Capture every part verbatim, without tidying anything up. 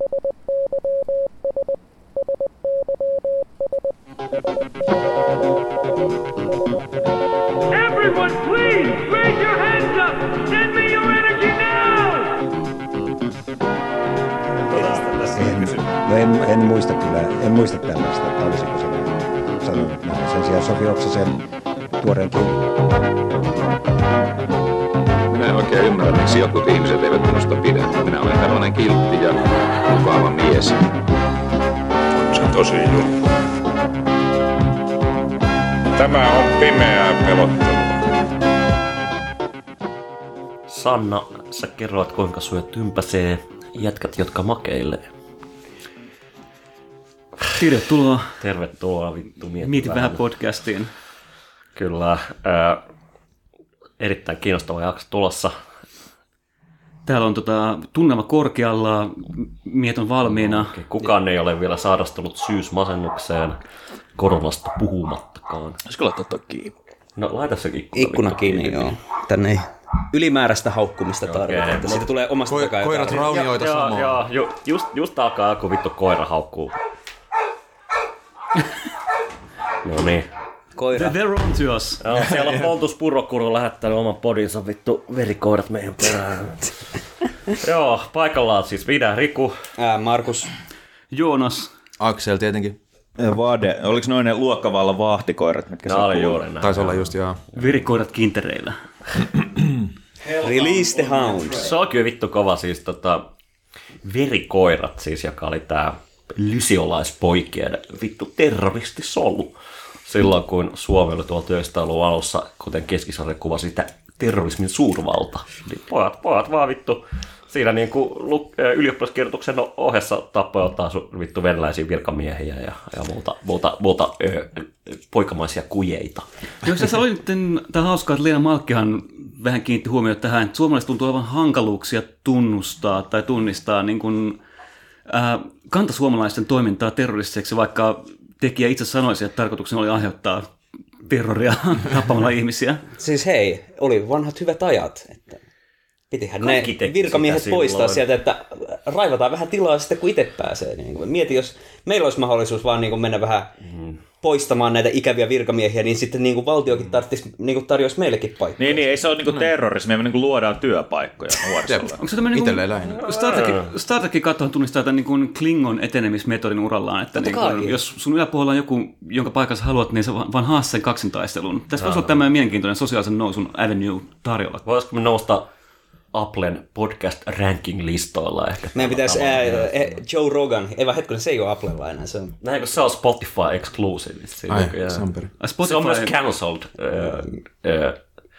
Everyone, please raise your hands up. Send me your energy now. No en, en muista kyllä, en muista tällaista, että olisiko se sanonut näin. Sen sijaan Sofi Oksasen tuoreen kirjan. Minä en oikein ymmärrä, miksi jotkut ihmiset eivät minusta pidä. Minä olen tällainen kiltti ja mukava mies. On se tosi juttu. Tämä on pimeää pelottelua. Sanna, sä kerroit kuinka sua tympäsee jätkät, jotka makeilee. Tervetuloa. Tervetuloa vittu miettimään. Mieti vähän podcastiin. Kyllä. Äh, erittäin kiinnostava jakso tulossa. Täällä on tota, tunnelma korkealla, mieton valmiina. Okay. Kukaan ei ole vielä sairastunut syysmasennukseen, koronasta puhumattakaan. Olisiko laittaa tuo kiinni? No laita se ikkuna. Ikkuna kiinni, joo. Tänne ei ylimääräistä haukkumista tarvita, okay. Että siitä tulee omasta Ko- takaa. Koirat raunioita samoin. Joo, joo, just, just alkaa kun vittu koira haukkuu. No niin. Koira. They're on to us. Joo, siellä on Pontus Purokuru lähettänyt oman podinsa vittu verikoirat meidän perään. Joo, paikallaan siis minä, Riku. Ää, Markus. Joonas. Aksel tietenkin. Vade. Oliko noin ne luokkavallan vahtikoirat, mitkä Nämä oli juuri näin. Taisi olla just, joo. Verikoirat kintereillä. Release the hounds. Se on kyllä vittu kova siis tota, verikoirat siis, joka oli tää lysiolaispoikien vittu terroristisolu. Silloin kun Suomi oli tuolla yhdeksänkymmentäluvun alussa, kuten Keskisarja kuvasi sitä terrorismin suurvalta. Niin pojat, pojat vaan vittu siinä niin kuin ylioppilaskirjoituksen ohessa tappoi ottaa vittu venäläisiä virkamiehiä ja, ja muuta, muuta, muuta ö, poikamaisia kujeita. Jos sä olit tämä hauskaa, että Leena Malkkihan vähän kiinnitti huomiota tähän, että suomalaiset tuntuu olevan hankaluuksia tunnustaa tai tunnistaa niin kuin, äh, kantasuomalaisten toimintaa terroristiseksi, vaikka tekijä itse sanoisi, että tarkoituksena oli aiheuttaa terroria tappamalla ihmisiä. Siis hei, oli vanhat hyvät ajat. Että pitihän ne virkamiehet poistaa silloin sieltä, että raivataan vähän tilaa sitten, kun itse pääsee. Niin mieti, jos meillä olisi mahdollisuus vaan niin mennä vähän mm. poistamaan näitä ikäviä virkamiehiä, niin sitten niin valtiokin tarvitsisi, niin tarjoaisi meillekin paikkoja. Niin, niin, ei se ole niin terrorismi, me niin luodaan työpaikkoja nuorisolle. Onko se tämmöinen itselleen lähinnä? Star Trekin katsohan tunnistaa tämän niin Klingon etenemismetodin urallaan, että niin kuin, jos sun yläpuolella on joku, jonka paikassa haluat, niin sä vaan haas sen kaksintaistelun. Tässä voisi olla tämmöinen mielenkiintoinen sosiaalisen nousun avenue tarjolla. Voisiko me nousta Applen podcast-ranking-listoilla ehkä? Meidän pitäisi ää, Joe Rogan, ei vaan hetkonen, se ei ole Applella enää. Se on, näinkö se on Spotify exclusive? Ai, Samperi. Se on myös cancelled. Äh,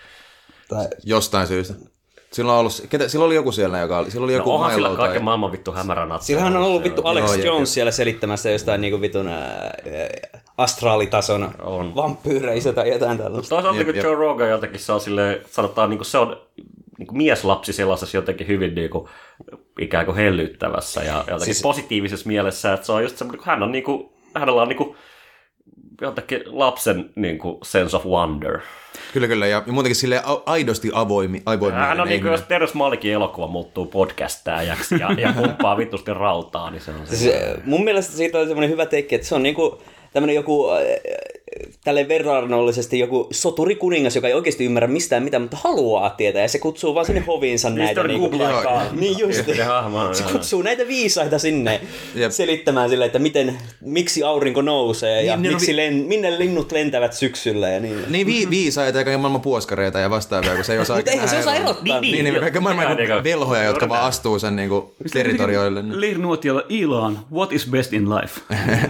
äh. Jostain syystä. Silloin, on ollut, ketä, silloin oli joku siellä, joka oli, silloin oli joku no onhan sillä tai kaiken maailman vittu hämäränat. Sillähän on ollut vittu Alex joo, Jones siellä selittämässä jostain niinku vitun ää, astraalitason vampyyreistä tai jotain tällaista. Toisaalta kun Joe Rogan jotenkin se on silleen, sanotaan niinku se on niinku mieslapsi sellaisessa jotenkin hyvin niinku ikään kuin hellyttävässä ja jotenkin siis positiivisessa mielessä, että se on just semmoinen, kun hän on niinku, hänellä on niinku jotenkin lapsen niinku sense of wonder. Kyllä, kyllä. Ja muutenkin silleen aidosti avoimi. Hän on niin kuin, jos Terrence Malikin elokuva muuttuu podcastaajaksi ja, ja kumppaa vitusti rautaa, niin se on se. Siis, mun mielestä siitä on semmoinen hyvä tekijä, että se on niinku tämmöinen joku äh, tälleen verrannollisesti joku soturikuningas, joka ei oikeasti ymmärrä mistään mitään, mutta haluaa tietää, ja se kutsuu vaan sinne hoviinsa näitä. Niin, kuin, niin just. Se kutsuu näitä viisaita sinne Jep. selittämään sille, että miten, miksi aurinko nousee niin, ja niin, miksi vi- len, minne linnut lentävät syksyllä. Ja niin niin vi- viisaita ja kaiken maailman puoskareita ja vastaavia, kun se ei osaa. Mutta eihän se osaa erottaa. Niin, niin, niin kaiken maailman velhoja, jotka vaan astuu sen niin kuin territorioille. Leirnuotiolla Elon, what is best in life?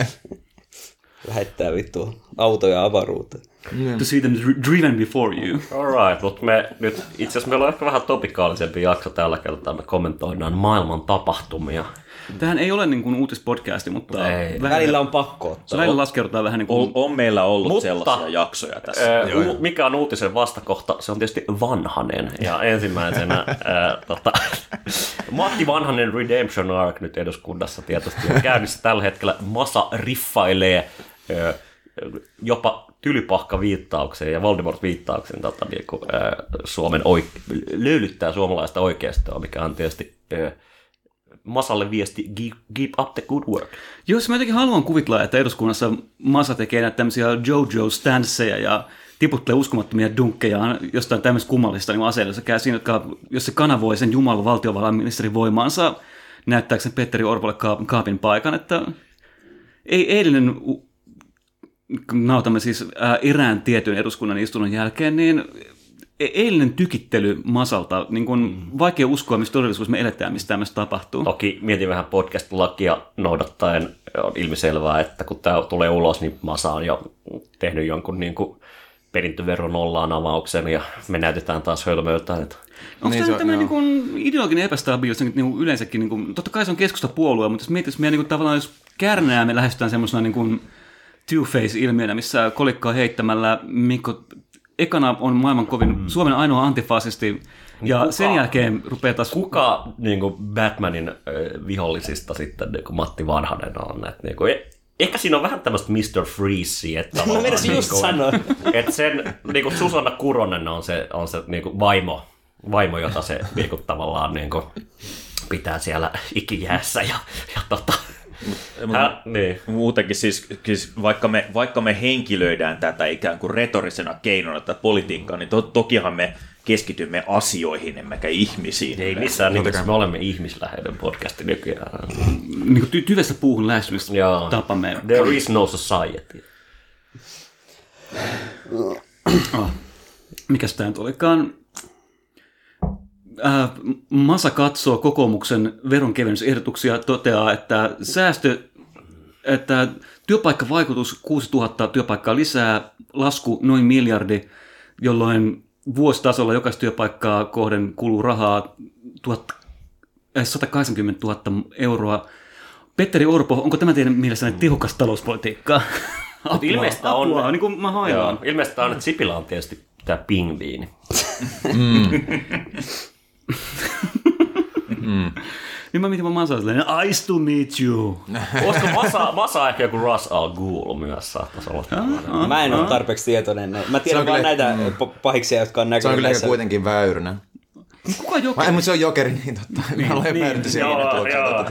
Lähettää vittu autoja avaruuteen. Mm. To see them driven before you. Alright, mutta me nyt itse asiassa meillä on ehkä vähän topikaalisempi jakso tällä kertaa. Me kommentoidaan maailman tapahtumia. Tämähän ei ole niin kuin uutispodcasti, mutta ei. Välillä on pakko ottaa. Välillä laskeudutaan vähän niin kuin... On, on meillä ollut mutta, sellaisia jaksoja tässä. Ää, u- mikä on uutisen vastakohta? Se on tietysti Vanhanen. Ja ensimmäisenä ää, tota, Matti Vanhanen Redemption Arc nyt eduskunnassa tietysti on käynnissä tällä hetkellä. Masa riffailee ää, jopa Tylypahka-viittaukseen ja Voldemort-viittaukseen tota, niin kuin, ää, Suomen oike- löylyttää suomalaista oikeistoa, mikä on tietysti ää, Masalle viesti, keep up the good work. Jos mä jotenkin haluan kuvitella, että eduskunnassa Masa tekee näitä tämmöisiä JoJo-stansseja ja tiputtelee uskomattomia dunkkeja jostain tämmöistä kummallista niin aseella, käy siinä, jotka, jos se kanavoi sen Jumalan valtiovarainministerin voimaansa, näyttääkö sen Petteri Orpolle kaapin paikan, että ei eilinen, nautamme siis ää, erään tietyn eduskunnan istunnon jälkeen, niin eilinen tykittely Masalta, niin kun vaikea uskoa, missä todellisuudessa me eletään, mistä tämmöistä tapahtuu. Toki mietin vähän podcast-lakia noudattaen, on ilmiselvää, että kun tämä tulee ulos, niin Masa on jo tehnyt jonkun niin kuin perintöveron nollaan avauksen ja me näytetään taas hölmöiltä. Että... Onko niin tämä tämmöinen niin ideologinen epästabiilisuus niin yleensäkin, niin kuin, totta kai se on keskustapuolue, mutta jos mietitään, meidän niin kuin, tavallaan jos kärnää me lähestytään semmoisena niin kuin two-face-ilmiönä, missä kolikkaa heittämällä Mikko ekana on maailman kovin mm. Suomen ainoa antifasisti, ja kuka, sen jälkeen rupeaa taas... Kuka niin kuin Batmanin äh, vihollisista sitten niin kuin Matti Vanhanen on? Että, niin kuin, ehkä siinä on vähän tämmöistä mister Freeze, että mä menisin just sanoa. Että sen, niin kuin Susanna Kuronen on se, on se niin kuin vaimo, vaimo, jota se niin kuin, tavallaan niin kuin, pitää siellä ikijäässä ja, ja tota... Hä, niin. Muutenkin siis, siis vaikka, me, vaikka me henkilöidään tätä ikään kuin retorisena keinona tätä politiikkaa, niin to, tokihan me keskitymme asioihin, emmekä ihmisiin. Ei missään nimessä, me olemme ihmisläheinen podcasti nykyään. Niin kuin ty- tyvestä puuhun lähestymistä tapamme. There is no society. Oh. Mikäs tämä nyt olikaan? Äh, Masa katsoo kokoomuksen veronkevennysehdotuksia, toteaa, että säästö, että työpaikkavaikutus kuusituhatta työpaikkaa lisää, lasku noin miljardi, jolloin vuositasolla jokaista työpaikkaa kohden kuluu rahaa sata kahdeksankymmentätuhatta euroa. Petteri Orpo, onko tämä teidän mielestänne tehokasta talouspolitiikkaa? Apua, ilmeistä apua, on, niin kuin mä haillaan. Ilmeistä on, että Sipilä on tietysti tämä pingviini. Mm. mm. Niin mä mietin, mä Masa silleen, nice to meet you. Olisiko Masa, Masa ehkä joku Ras Al Ghul myös saattaisi olla? Ah, mä en ole tarpeeksi tietoinen. Mä tiedän vaan kyllä, näitä mm. pahiksia, jotka on näkynyt. Se on kyllä näissä... kuitenkin Väyrynen. Kuka Jokeri? Ai, mutta se on Jokeri, niin totta. Niin, ollaan niin, päädytty siihen. Joo, joo.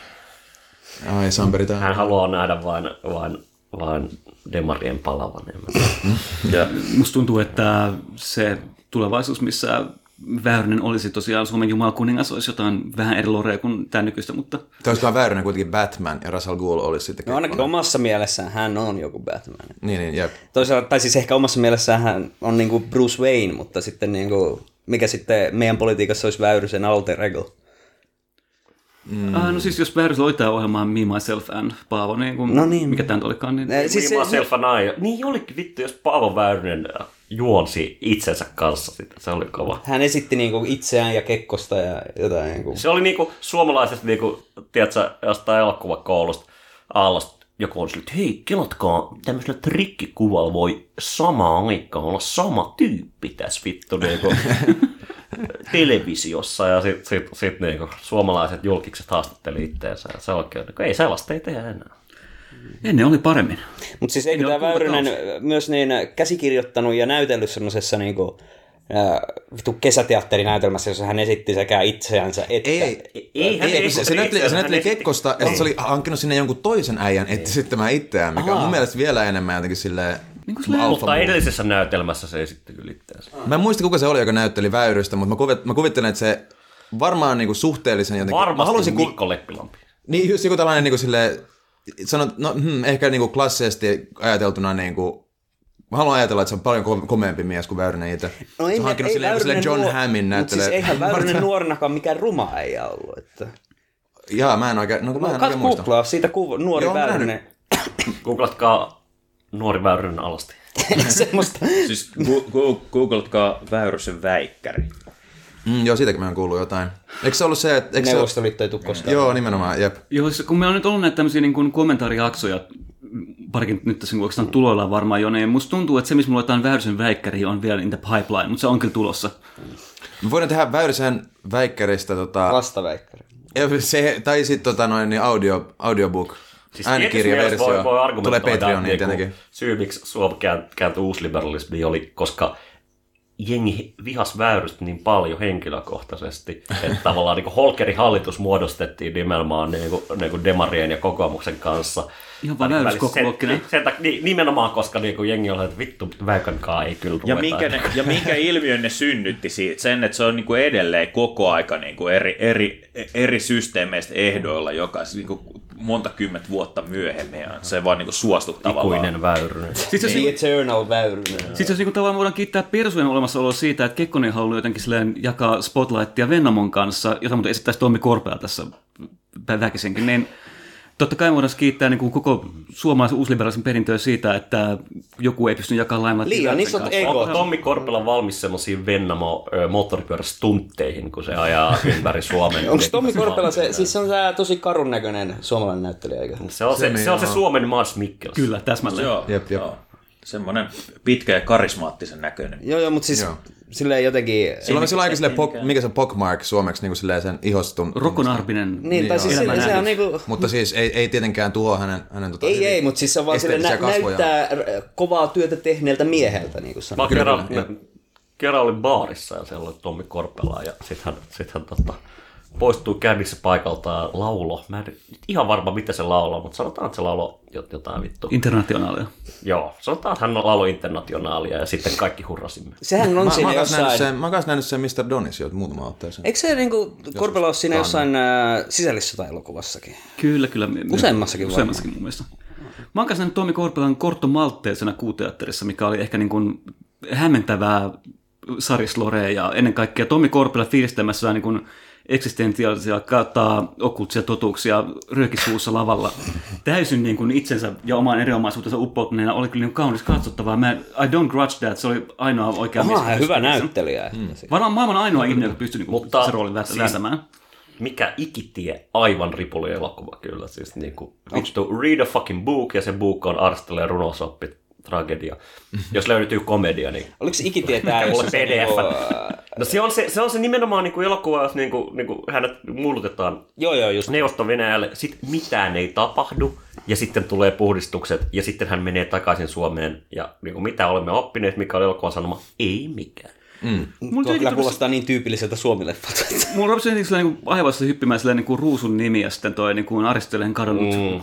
Ai, Samperi tähän. Hän haluaa nähdä vain, vain, vain demarien palavan. Ja musta tuntuu, että se tulevaisuus, missä Väyrynen olisi tosiaan Suomen jumalakuningas, olisi jotain vähän eri lorea kuin tämä nykyistä, mutta... Olisikohan Väyrynen kuitenkin Batman ja Ra's al Ghul olisi sitten... No ainakin omassa mielessään hän on joku Batman. Niin, niin, jep. Toisaalta, tai siis ehkä omassa mielessään hän on niin kuin Bruce Wayne, mutta sitten niin kuin, mikä sitten meidän politiikassa olisi Väyrysen alter ego. Mm. Ah, no siis jos Väyrys loittaa ohjelmaan Me, Myself and Paavo, niin kuin, no niin. Mikä tämä nyt olikaan? Niin... Eh, siis Me, Myself and I. Niin olikin vittu, jos Paavo Väyrynen juonsi itsensä kanssa sitä. Se oli kova. Hän esitti niinku itseään ja Kekkosta ja jotain. Niinku. Se oli niinku suomalaisesta, niinku, tiedätkö, jostain elokuvakoulusta aallosta. Joku on sille, että hei, kelatkaa, tämmöisellä trikkikuvalla voi samaan aikaan olla sama tyyppi tässä vittu niinku, televisiossa. Ja sitten sit, sit, niinku, suomalaiset julkikset haastatteli itteensä. Se oikein, niinku, ei sellaista ei tehdä enää. Ennen oli paremmin. Mutta siis eikö tämä Väyrynen myös niin käsikirjoittanut ja näytellyt semmoisessa niinku, äh, kesäteatterinäytelmässä, jossa hän esitti sekä itseänsä että... Ei, ei, ei, hän ei, se, se näytteli, se näytteli Kekkosta, ja se oli hankkinut sinne jonkun toisen äijän esittämään itseään, mikä on mun mielestä vielä enemmän jotenkin silleen... Niin mutta edellisessä näytelmässä se esitti kyllä itseänsä. Mä en muista, kuka se oli, joka näytteli Väyrystä, mutta mä, kuvit, mä kuvittelen, että se varmaan niinku suhteellisen jotenkin... Varmasti Mikko ku... Leppilampi. Niin, just joku tällainen niinku silleen... Sanot, no hmm, ehkä niinku klassisesti ajateltuna niinku... Mä haluan ajatella, että se on paljon komeampi mies kuin Väyrynen itse. No ei, se on hankkinut silleen, silleen John nuor... Hammin näyttelee. Mutta siis eihän Väyrynen nuorenakaan mikään ruma äijä ollut. Että... Jaa, mä en oikein, no, mä en no, oikein muista. Googlaa siitä kuva, nuori Joo, Väyrynen. Googlatkaa nuori Väyrynen alasti. Semmosta. Siis gu- googlatkaa Väyrysen väikkäri. Mm, joo, siitäkin mä oon kuullut jotain. Eikö se ollut se, että... Neuvostoliitto ei tule koskaan. Joo, nimenomaan, jep. Joo, kun meillä on nyt ollut näitä tämmöisiä niin kuin kommentaarijaksoja, parikin nyt tässä oikeastaan tuloillaan varmaan jo, niin musta tuntuu, että se, missä mulla jotain Väyrysen väikkäri on vielä in the pipeline, mutta se on kyllä tulossa. Me voidaan tehdä Väyrysen väikkäristä... Tota... Vastaväikkäri. Se, tai sitten tota, noin, niin audio, audiobook. Siis äänikirjaversio voi, voi tulee Patreoniin tietenkin. Syy, miksi Suomi kääntyi uusliberalismiin, oli, koska jengi vihas Väyrystä niin paljon henkilökohtaisesti, että tavallaan niin kuin Holkerin hallitus muodostettiin nimenomaan niin kuin, niin kuin Demarien ja kokoomuksen kanssa. Ihan vaan Väyrys-kokoomukkinen. Sen, sen, sen, nimenomaan, koska niin kuin jengi oli, että vittu Väykönkaan ei kyllä ruveta. Ja minkä, ne, ja minkä ilmiön ne synnytti siitä? Sen, että se on niin kuin edelleen koko aika niin kuin eri, eri, eri systeemeistä ehdoilla, joka niin kuin monta kymmentä vuotta myöhemmin. Se vaan niin kuin suostuttavaa. Ikuinen Väyrynen. Siis The niin, Eternal Väyrynen. Sitten jos niin tavallaan voidaan kiittää Persujen olemassaoloa siitä, että Kekkonen haluaa jotenkin jakaa spotlightia Vennamon kanssa, jota muuten esittäisi Tommi Korpela tässä väkisenkin, niin totta kai voidaan kiittää niin kuin koko suomalaisen uusliberaalisen perintöä siitä, että joku ei pysty jakamaan laimalla. Liian isot egot. Onko Tommi Korpela valmis semmoisiin Vennamo moottoripyörästuntteihin, kun se ajaa ympäri Suomen? Onko Tommi Korpela se, siis se on se tosi karun näköinen suomalainen näyttelijä, eikö? Se on se, se, se, on se Suomen Mads Mikkelsen. Kyllä, täsmälleen. Joo, jep, jep. joo. Semmoinen pitkä ja karismaattisen näköinen. Joo, joo, mutta siis joo. Silleen jotenkin... Sillä on sillä aika silleen, pok, mikä se pockmark suomeksi, niin kuin silleen sen ihostun... Rokonarpinen. Niin, tai siis silleen, se on niinku... Mutta siis ei, ei tietenkään tuo hänen... hänen tota, ei, ei, mutta siis se on vaan silleen nä- näyttää kovaa työtä tehneeltä mieheltä, niin kuin sanotaan. Mä kerran, kyllä, kerran olin baarissa ja siellä oli Tommi Korpela ja sit hän, sit hän tota, poistui kännissä paikaltaan laulo. Mä en nyt ihan varma, mitä se laulaa, mutta sanotaan, että se laulo jotain vittu. Internationaalia. Joo, sanotaan, että hän laulo internationaalia ja sitten kaikki hurrasimme. Sehän on mä, siinä mä jossain... Sen, mä oon nähnyt sen mister Donis jo muutama otteeseen. Eikö se niinku Korpela ole siinä jossain äh, sisällissota-elokuvassakin? Kyllä, kyllä. Useammassakin vai? Useammassakin mun mielestä. Mä oon kanssa nähnyt Tommi Korpelan Kortto Maltteisena kuuteatterissa, mikä oli ehkä niin kuin hämmentävää sarislorea ja ennen kaikkea Tommi Korpela fiilistelemässä niin kuin eksistentiaalisia kautta okkultisia totuuksia ryökisuussa lavalla. Täysin niin kuin itsensä ja oman erinomaisuutensa uppoutuneena oli kyllä niin kaunis katsottavaa. Mä, I don't grudge that, se oli ainoa oikea mies. Aha, hyvä näyttelijä. Hmm. Varmaan maailman ainoa ihminen, joka pystyi niin Mutta se roolin vääntämään. Siis, mikä ikitie, aivan ripuli elokuva kyllä. Siis niin kuin, vittu, read a fucking book ja se book on Arstele runosoppi. Tragedia. Jos löytyy komedia, niin... Oliko se ikitie tää? Mulle P D F. No se on se, se, on se nimenomaan niin kuin elokuva, jos niin kuin, niin kuin hänet mullutetaan joo, joo, just Neuvosto-Venäjälle, sitten mitään ei tapahdu, ja sitten tulee puhdistukset, ja sitten hän menee takaisin Suomeen, ja niin kuin mitä olemme oppineet, mikä oli elokuvan sanoma, ei mikään. Mm. Tuo kyllä kuulostaa niin tyypilliseltä suomileffalta. Mulla on rupesi niin aivoissa hyppimään silleen, niin kuin Ruusun nimi, ja sitten toi niin kuin Aristoteleen kadonnut... Mm.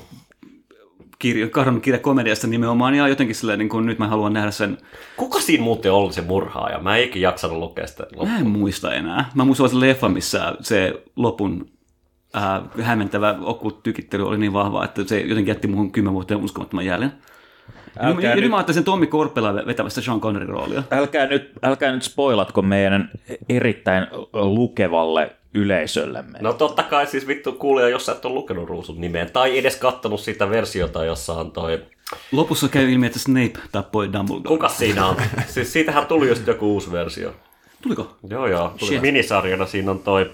Kirja, kadonnut kirja komediasta nimenomaan, ja jotenkin silleen, niin kuin nyt mä haluan nähdä sen... Kuka siinä muuten oli se murhaaja? Mä en ikin jaksanut lukea sitä loppuun. Mä en muista enää. Mä muistan se leffa, missä se lopun äh, hämmentävä okkult-tykittely oli niin vahva, että se jotenkin jätti muuhun kymmen vuotta uskomattoman jäljen. Älkää ja nyt mä ajattelin sen Tommi Korpela vetämästä Sean Connerin roolia. Älkää nyt, älkää nyt spoilatko meidän erittäin lukevalle yleisöllemme. No totta kai siis vittu kuulija, jos sä et ole lukenut Ruusun nimeen, tai edes kattonut sitä versiota, jossa on toi... Lopussa käy ilmi, että Snape tappoi Dumbledore. Kuka siinä on? Siis siitähän tuli just joku uusi versio. Tuliko? Joo joo, tuli minisarjana siinä on toi...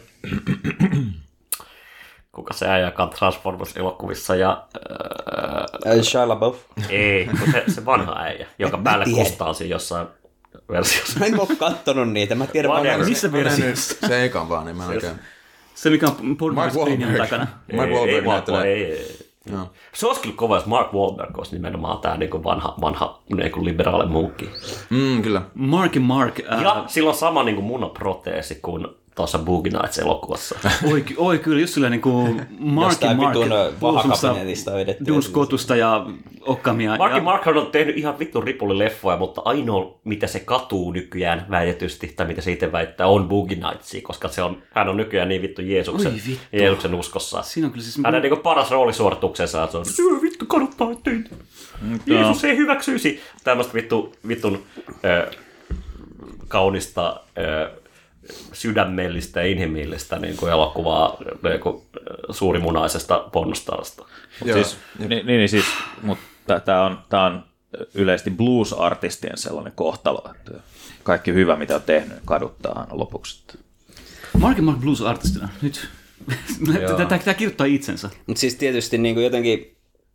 Kuka se äijäkaan Transformers-elokuvissa ja... Äh, Shia LaBeouf? Ei, se, se vanha äijä, joka päällä kostaa siinä jossain versiossa. Mä en ole kattonut niitä, mä tiedän vaan... Missä versiossa? Se ekan vaan, niin mä en oikein... Se mikä on Pornhub-screenin takana. Mark Wahlberg näyttelee. Ei, ei, ei. No. Se olisi kyllä kova, jos Mark Wahlberg olisi nimenomaan tämä niin vanha, vanha niin liberaali munkki. Mm, kyllä. Marky Mark. Äh... Ja sillä on sama niin munaproteesi kuin tuossa Boogie Nights-elokuvassa. Oi, oi kyllä, just silleen niin kuin Marky Mark vahakabinetista vedetty. Dunskotusta ja Okkamia. Marky ja... Mark on tehnyt ihan vittu ripulileffoja, mutta ainoa mitä se katuu nykyään väitetysti, tai mitä se itse väittää, on Boogie Nightsia, koska se on, hän on nykyään niin vittu Jeesuksen, vittu. Jeesuksen uskossa. Siinä on kyllä siis... Hänen niin paras roolisuorituksensa, että se on vittu kaduttaa teitä. Jeesus ei hyväksyisi tämmöistä vittu, vittun äh, kaunista... Äh, sydämellistä ja inhimillistä niin kuin elokuvaa niin kuin suurimunaisesta pornostarasta. Siis, niin, niin, siis, mutta tämä on, tää on yleisesti blues-artistien sellainen kohtalo, että kaikki hyvä, mitä on tehnyt, kaduttaa aina lopuksi. Marky Mark blues-artistina, nyt. Tämä kirjoittaa itsensä. Mutta siis tietysti niin kuin jotenkin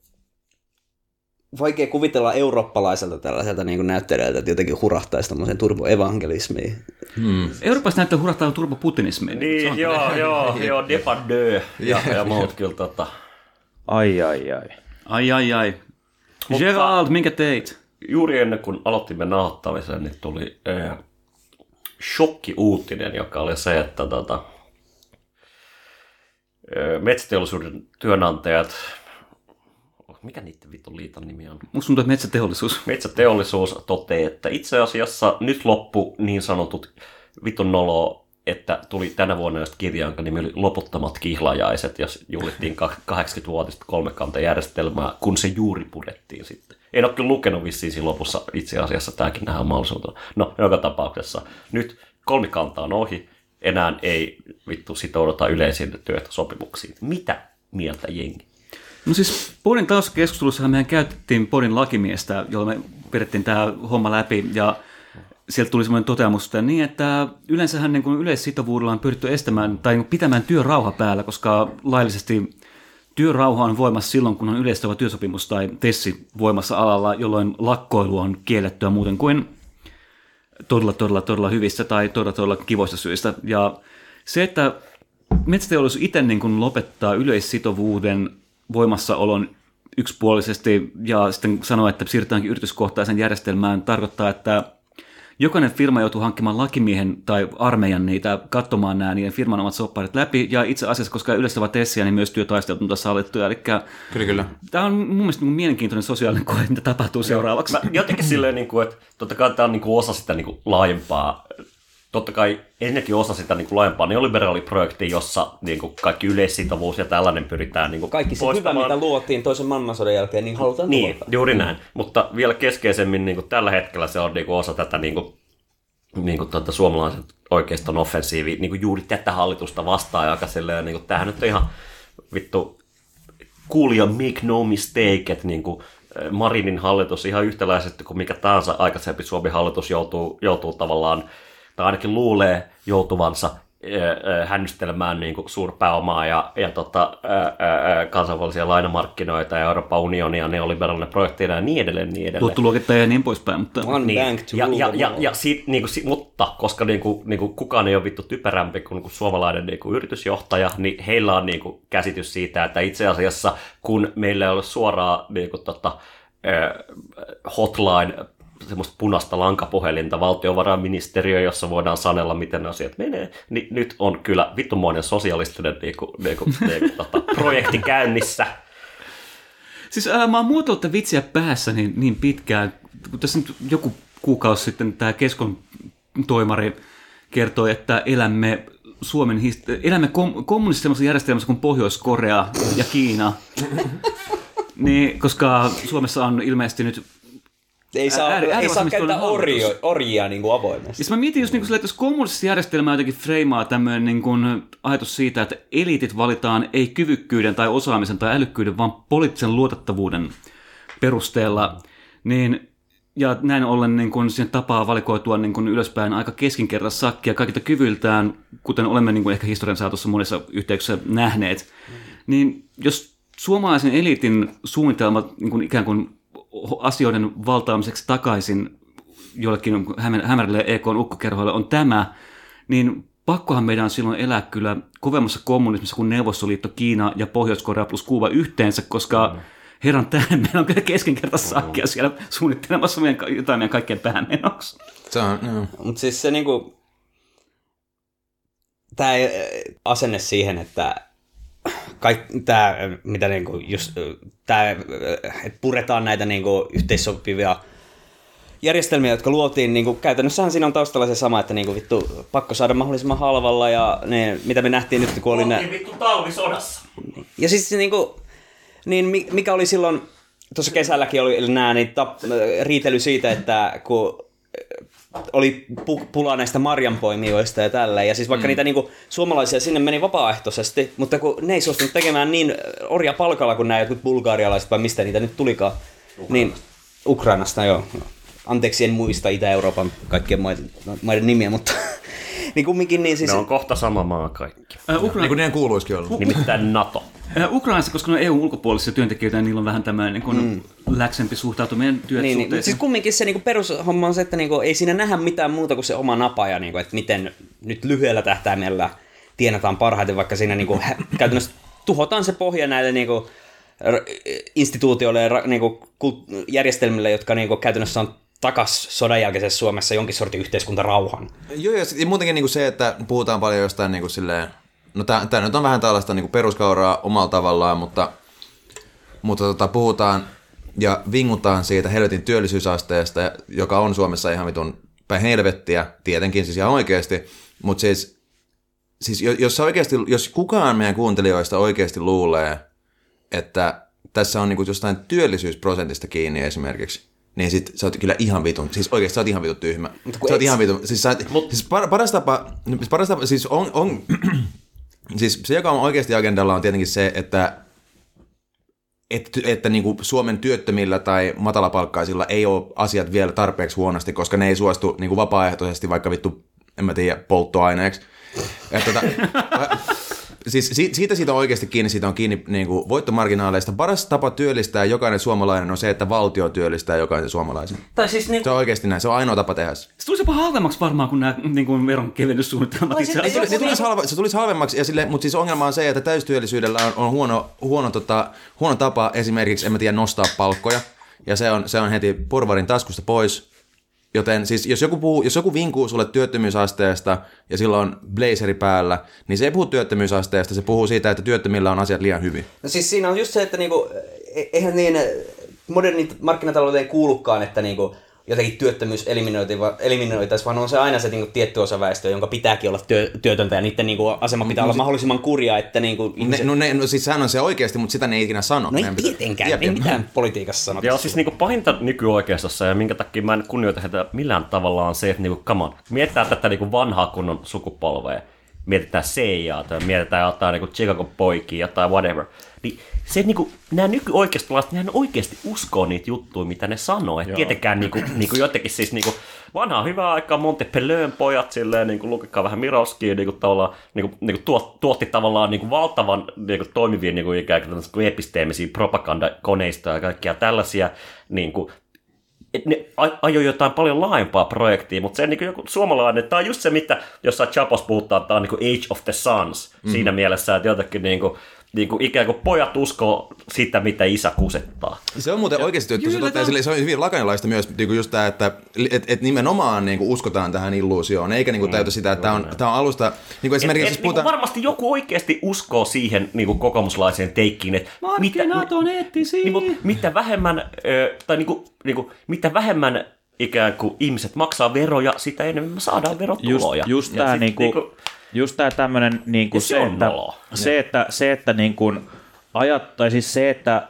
vaikea kuvitella eurooppalaiselta tällaiselta niin kuin näyttelijältä, että jotenkin hurahtaisi tämmöiseen turboevangelismiin. Hmm. Euroopassa näyttää hurahtaa turboputinismiin. Niin, joo, joo, joo, Depardieu ja, ja muut kyllä tota. Ai, ai, ai. Ai, ai, ai. Gerald, minkä teit? Juuri ennen kuin aloittimme nauhoittamisen, niin tuli äh, shokki-uutinen, joka oli se, että tota, metsäteollisuuden työnantajat, mikä niiden vitun liiton nimi on? Musta tuntuu, että metsäteollisuus. Metsäteollisuus toteaa, että itse asiassa nyt loppu niin sanotut vitun noloa, että tuli tänä vuonna just kirja, jonka nimi oli Loputtomat kihlajaiset, ja juhlittiin kahdeksankymmentävuotista kolmikantajärjestelmää, kun se juuri purettiin sitten. En ole kyllä lukenut vissiin siinä lopussa itse asiassa, tämäkin nähdään mahdollisuutena. No, joka tapauksessa. Nyt kolmikanta on ohi, enää ei vittu sitouduta yleisiin työehtosopimuksiin. Mitä mieltä jengi? No siis Podin taustakeskustelussahan mehän käytettiin Podin lakimiestä, jolla me pidettiin tämä homma läpi, ja sieltä tuli semmoinen toteamus, että niin, että yleensähän niin kuin yleissitovuudella on pyritty estämään tai pitämään työrauha päällä, koska laillisesti työrauha on voimassa silloin, kun on yleistova työsopimus tai tessi voimassa alalla, jolloin lakkoilu on kiellettyä muuten kuin todella, todella, todella hyvistä tai todella, todella kivoista syistä. Ja se, että metsäteollisuus itse niin kuin lopettaa yleissitovuuden voimassaolon yksipuolisesti ja sitten sanoo, että siirrytäänkin yrityskohtaisen järjestelmään, tarkoittaa, että jokainen firma joutuu hankkimaan lakimiehen tai armeijan niitä katsomaan nämä niiden firman omat sopparit läpi, ja itse asiassa, koska yleistävä tessiä, niin myös työtaistelut on tässä sallittuja. Eli kyllä, kyllä. Tämä on mun mielestä niin mielenkiintoinen sosiaalinen koe, mitä tapahtuu seuraavaksi. Mä jotenkin silleen, että totta kai tämä on osa sitä laajempaa, totta kai ennenkin osa sitä laajempaa neoliberaaliprojektia, jossa kaikki yleissitovuus ja tällainen pyritään kaikki se poistamaan. hyvä, mitä luotiin toisen maailmansodan jälkeen, niin halutaan Niin, tuolta. juuri näin. Mutta vielä keskeisemmin niin kuin tällä hetkellä se on niin kuin osa tätä niin kuin, niin kuin tuota, suomalaisen oikeiston offensiivia, niin kuin juuri tätä hallitusta vastaan. Ja silleen, niin kuin, tämähän nyt on ihan vittu kuulija make no mistake, että niin kuin Marinin hallitus ihan yhtäläisesti kuin mikä tahansa aikaisempi Suomen hallitus joutuu, joutuu tavallaan, tai ainakin luulee joutuvansa hännystelemään niin kuin suurpääomaa ja, ja tota, ää, ää, kansainvälisiä lainamarkkinoita ja Euroopan unionia, neoliberaalinen projekteina ja niin edelleen. Niin edelleen. Luottoluokittaja ja niin poispäin. Mutta One niin. bank to ja, rule ja, them ja, all. ja siitä, niin kuin, mutta koska niin kuin, niin kuin kukaan ei ole vittu typerämpi kuin, kuin suomalainen niin kuin yritysjohtaja, niin heillä on niin kuin käsitys siitä, että itse asiassa kun meillä ei ole suoraa niin kuin, tota, hotline, semmoista punaista lankapuhelinta, valtiovarainministeriö, jossa voidaan sanella, miten asiat menee, niin nyt on kyllä vittumoinen sosialistinen niinku, niinku, niinku, tota, projekti käynnissä. Siis ää, mä oon muotoillut tämän vitsiä päässä niin, niin pitkään, kun tässä nyt joku kuukausi sitten tämä Keskon toimari kertoi, että elämme Suomen hist- elämme kom- kommunistisessa järjestelmässä kuin Pohjois-Korea ja Kiina, niin, koska Suomessa on ilmeisesti nyt Ei saa, ääri, ei saa käyttää orjo, hallitus. orjia niin kuin avoimesti. Siis mä mietin just niin kuin sille, että jos kommunistista järjestelmää jotenkin freimaa tämmöinen niin kuin ajatus siitä, että eliitit valitaan ei kyvykkyyden tai osaamisen tai älykkyyden, vaan poliittisen luotettavuuden perusteella, niin ja näin ollen niin kuin siihen tapaa valikoitua niin kuin ylöspäin aika keskinkertaista sakkia kaikilta kyvyiltään, kuten olemme niin kuin ehkä historian saatossa monissa yhteyksissä nähneet, niin jos suomalaisen eliitin suunnitelmat niin kuin ikään kuin asioiden valtaamiseksi takaisin jollekin hämärille E K:n ukkokerhoille on tämä, niin pakkohan meidän on silloin elää kyllä kovemmassa kommunismissa kuin Neuvostoliitto, Kiina ja Pohjois-Korea plus Kuuba yhteensä, koska mm. herran tähden meillä on kyllä keskinkertaista sakkia siellä suunnittelemassa meidän, jotain meidän kaikkien päämenoksi. Se on, joo. Mutta siis se niinku, tämä asenne siihen, että kaikki tämä, mitä niinku just, tämä, että puretaan näitä niinku yhteissopivia järjestelmiä, jotka luotiin, niinku käytännössähän siinä on taustalla se sama, että niinku vittu pakko saada mahdollisimman halvalla ja ne, mitä me nähtiin nyt, kun oli ne... Oltiin vittu talvisodassa. Ja siis niinku, niin mikä oli silloin, tuossa kesälläkin oli nämä niin tap, riitely siitä, että kun oli pula näistä marjanpoimijoista ja tällä. Ja siis vaikka mm. niitä niinku suomalaisia sinne meni vapaaehtoisesti, mutta kun ne ei suostunut tekemään niin orjapalkalla kuin nämä jotkut bulgarialaiset, vai mistä niitä nyt tulikaan. Ukrainasta. Niin, Ukrainasta, joo. Anteeksi, en muista Itä-Euroopan kaikkien maiden, maiden nimiä, mutta niin kumminkin niin siis... Ne on kohta sama maa kaikki. Äh, Ukra... Niin kuin niiden kuuluisikin olla. Nimittäin NATO. Äh, Ukrainassa, koska ne on E U-ulkopuolisia työntekijöitä, niin niillä on vähän tämmöinen niin kuin mm. läksempi suhtautuminen työsuhteeseen. Niin, niin. Siis kumminkin se niin perushomma on se, että niin kuin, ei siinä nähdä mitään muuta kuin se oma napa ja niin kuin, että miten nyt lyhyellä tähtäimellä tienataan parhaiten, vaikka siinä niin kuin, käytännössä tuhotaan se pohja näille niin kuin, instituutioille ja niin kuin, järjestelmille, jotka niin kuin, käytännössä on takas sodan jälkeisessä Suomessa jonkin sortin yhteiskuntarauhan. Joo, ja, ja muutenkin niin kuin se, että puhutaan paljon jostain niin kuin silleen, no tämä nyt on vähän tällaista niin kuin peruskauraa omalla tavallaan, mutta, mutta tota, puhutaan ja vingutaan siitä helvetin työllisyysasteesta, joka on Suomessa ihan vitun päin helvettiä, tietenkin siis ihan oikeasti, mutta siis, siis jos, oikeasti, jos kukaan meidän kuuntelijoista oikeasti luulee, että tässä on niin kuin jostain työllisyysprosentista kiinni esimerkiksi, niin sit sä oot kyllä ihan vitun, siis oikeesti sä oot ihan vitun tyhmä. Sä oot ihan vitun, siis, sä, Mut... siis par, paras tapa, paras tapa, siis on, on siis se, joka on oikeasti agendalla, on tietenkin se, että että, että niin kuin Suomen työttömillä tai matalapalkkaisilla ei ole asiat vielä tarpeeksi huonosti, koska ne ei suostu niin kuin vapaaehtoisesti vaikka vittu, en mä tiedä, polttoaineeksi. Että, tota, siis siitä, siitä on oikeasti kiinni, siitä on kiinni niin kuin voittomarginaaleista. Paras tapa työllistää jokainen suomalainen on se, että valtio työllistää jokaisen suomalaisen. Tai siis niin... Se on oikeasti näin, se on ainoa tapa tehdä. Se tulisi jopa halvemmaksi varmaan kuin nämä niin kuin veronkevennyssuunnitelmat. Se, se, se, tulisi halva, se tulisi halvemmaksi, ja sille, mutta siis ongelma on se, että täystyöllisyydellä on, on huono, huono, tota, huono tapa esimerkiksi, en mä tiedä, nostaa palkkoja, ja se on, se on heti porvarin taskusta pois. Joten siis jos joku, puhuu, jos joku vinkuu sulle työttömyysasteesta ja sillä on blazeri päällä, niin se ei puhu työttömyysasteesta, se puhuu siitä, että työttömillä on asiat liian hyvin. No siis siinä on just se, että niinku, eihän niin modernit markkinatalouteen kuulukaan, että niinku jotenkin työttömyys eliminoitaisiin, vaan on se aina se niinku tietty osa väestöä, jonka pitääkin olla työ, työtöntä ja niiden niinku asema pitää no, olla mahdollisimman kurja, että niinku ihmiset... ne, no, ne, no siis sehän on se oikeasti, mutta sitä ne ei ikinä sano. No ei tietenkään, ei mitään politiikassa sanota. Ja siis niinku pahinta nykyoikeistossa ja minkä takia mä en kunnioita heitä millään tavalla on se, että niinku, come on, mietitään tätä niinku vanhaa kunnon sukupolvea, mietitään C I A:ta, mietitään jotain niinku Chicago poikia, jotain whatever, niin se, että niinku, nämä nykyoikeistolaiset, nehän oikeasti uskoo niitä juttuja, mitä ne sanoo. Et tietenkään niinku, niinku jotenkin siis niinku, vanhaa hyvää aikaa Montpellierin pojat silleen, niinku, lukikaa vähän Miroskia, niinku, tavallaan, niinku, niinku, tuot, tuotti tavallaan niinku, valtavan niinku, toimivia niinku, ikään kuin episteemisiä propagandakoneistoja ja kaikkia tällaisia. Niinku, ne ajoi jotain paljon laajempaa projektia, mutta se niin kuin joku suomalainen, tämä on just se, mitä jossain Chapos puhutaan, tämä on niin kuin Age of the Sons, mm. siinä mielessä, että jotenkin niin kuin, niin kuin ikään kuin pojat uskoo sitä, mitä isä kusettaa. Se on muuten ja, oikeasti, että se, totta, se on hyvin lakanilaista myös niin kuin just tämä, että et, et nimenomaan niin kuin uskotaan tähän illuusioon, eikä niin kuin täytä sitä, että tämä on, tämä on alusta... Niin kuin esimerkiksi, et, et, puhutaan... niin kuin varmasti joku oikeasti uskoo siihen niin kuin kokoomuslaiseen teikkiin, että markkinat on eettisiä. Niin, mutta mitä vähemmän, tai niin kuin, niin kuin, mitä vähemmän ikään kuin ihmiset maksaa veroja, sitä enemmän saadaan verotuloja. Just, just tämä niin kuin... Niinku, Just tämä tämmöinen, niin kuin se, se, että, se, että, se, että niin kuin ajat, tai siis se, että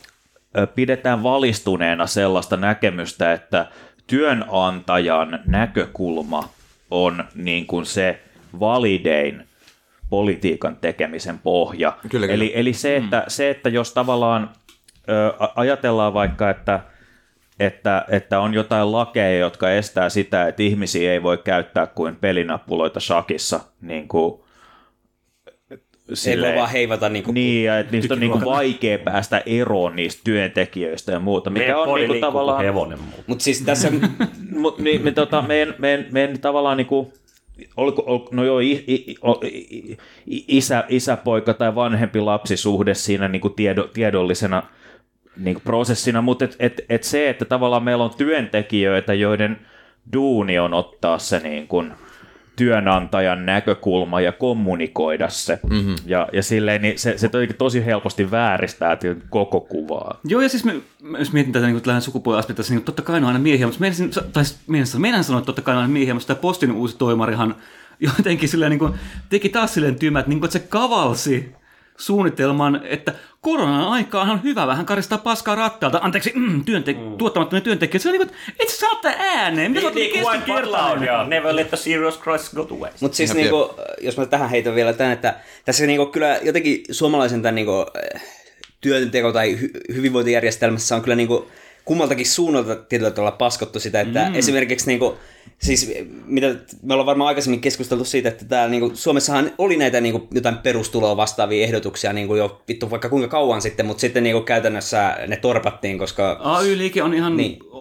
pidetään valistuneena sellaista näkemystä, että työnantajan näkökulma on niin kuin se validein politiikan tekemisen pohja. Kyllä, kyllä. Eli, eli se, että, mm. se, että jos tavallaan ö, ajatellaan vaikka, että Että, että on jotain lakeja, jotka estää sitä, että ihmisiä ei voi käyttää kuin pelinappuloita shakissa. Niin kuin, silleen, ei voi vaan heivata. Niin, kuin niin ja että niistä on niin kuin vaikea päästä eroon niistä työntekijöistä ja muuta. Mikä on niin kuin tavallaan... hevonen. Mutta siis tässä... Mut, niin, me, tota, meidän, meidän, meidän tavallaan niin kuin... Oliko, ol, no joo, i, i, i, isä, isäpoika tai vanhempi lapsisuhde siinä niin kuin tiedo, tiedollisena... Niin kuin prosessina, mutta et, et, et se, että tavallaan meillä on työntekijöitä, joiden duuni on ottaa se niin kuin työnantajan näkökulma ja kommunikoida se. Mm-hmm. Ja, ja silleen, niin se, se tosi helposti vääristää koko kuvaa. Joo, ja siis me, jos mietin tätä niin tähän sukupuoliaspektissa, niin totta kai on aina miehiä, mutta meidän, tai meidän, meidän sanoi, että totta kai on aina miehiä, mutta tämä Postin uusi toimarihan jotenkin silleen, niin kuin, teki taas silleen tymät, niin kuin, että se kavalsi suunnitelman, että koronan aikaan on hyvä vähän karistaa paskaa rattaalta. Anteeksi, mm, työnte- mm. tuottamattomia työntekijöitä. Se on niin kuin, et sä saa tää ääneen. Mitä niin, niin kuin kertaan? Never let the serious crisis go to waste. Mutta siis, niinku, jos mä tähän heitän vielä tämän, että tässä niinku, kyllä jotenkin suomalaisen tämän niinku, työnteko- tai hy- hyvinvointijärjestelmässä on kyllä niinku, kummaltakin suunnalta tietyllä tavalla paskottu sitä, että mm. esimerkiksi niinku, siis, mitä, me ollaan varmaan aikaisemmin keskusteltu siitä, että täällä niinku, Suomessahan oli näitä niinku, jotain perustuloa vastaavia ehdotuksia niinku, jo vittu vaikka kuinka kauan sitten, mutta sitten niinku, käytännössä ne torpattiin, koska... A Y-liike on ihan niin.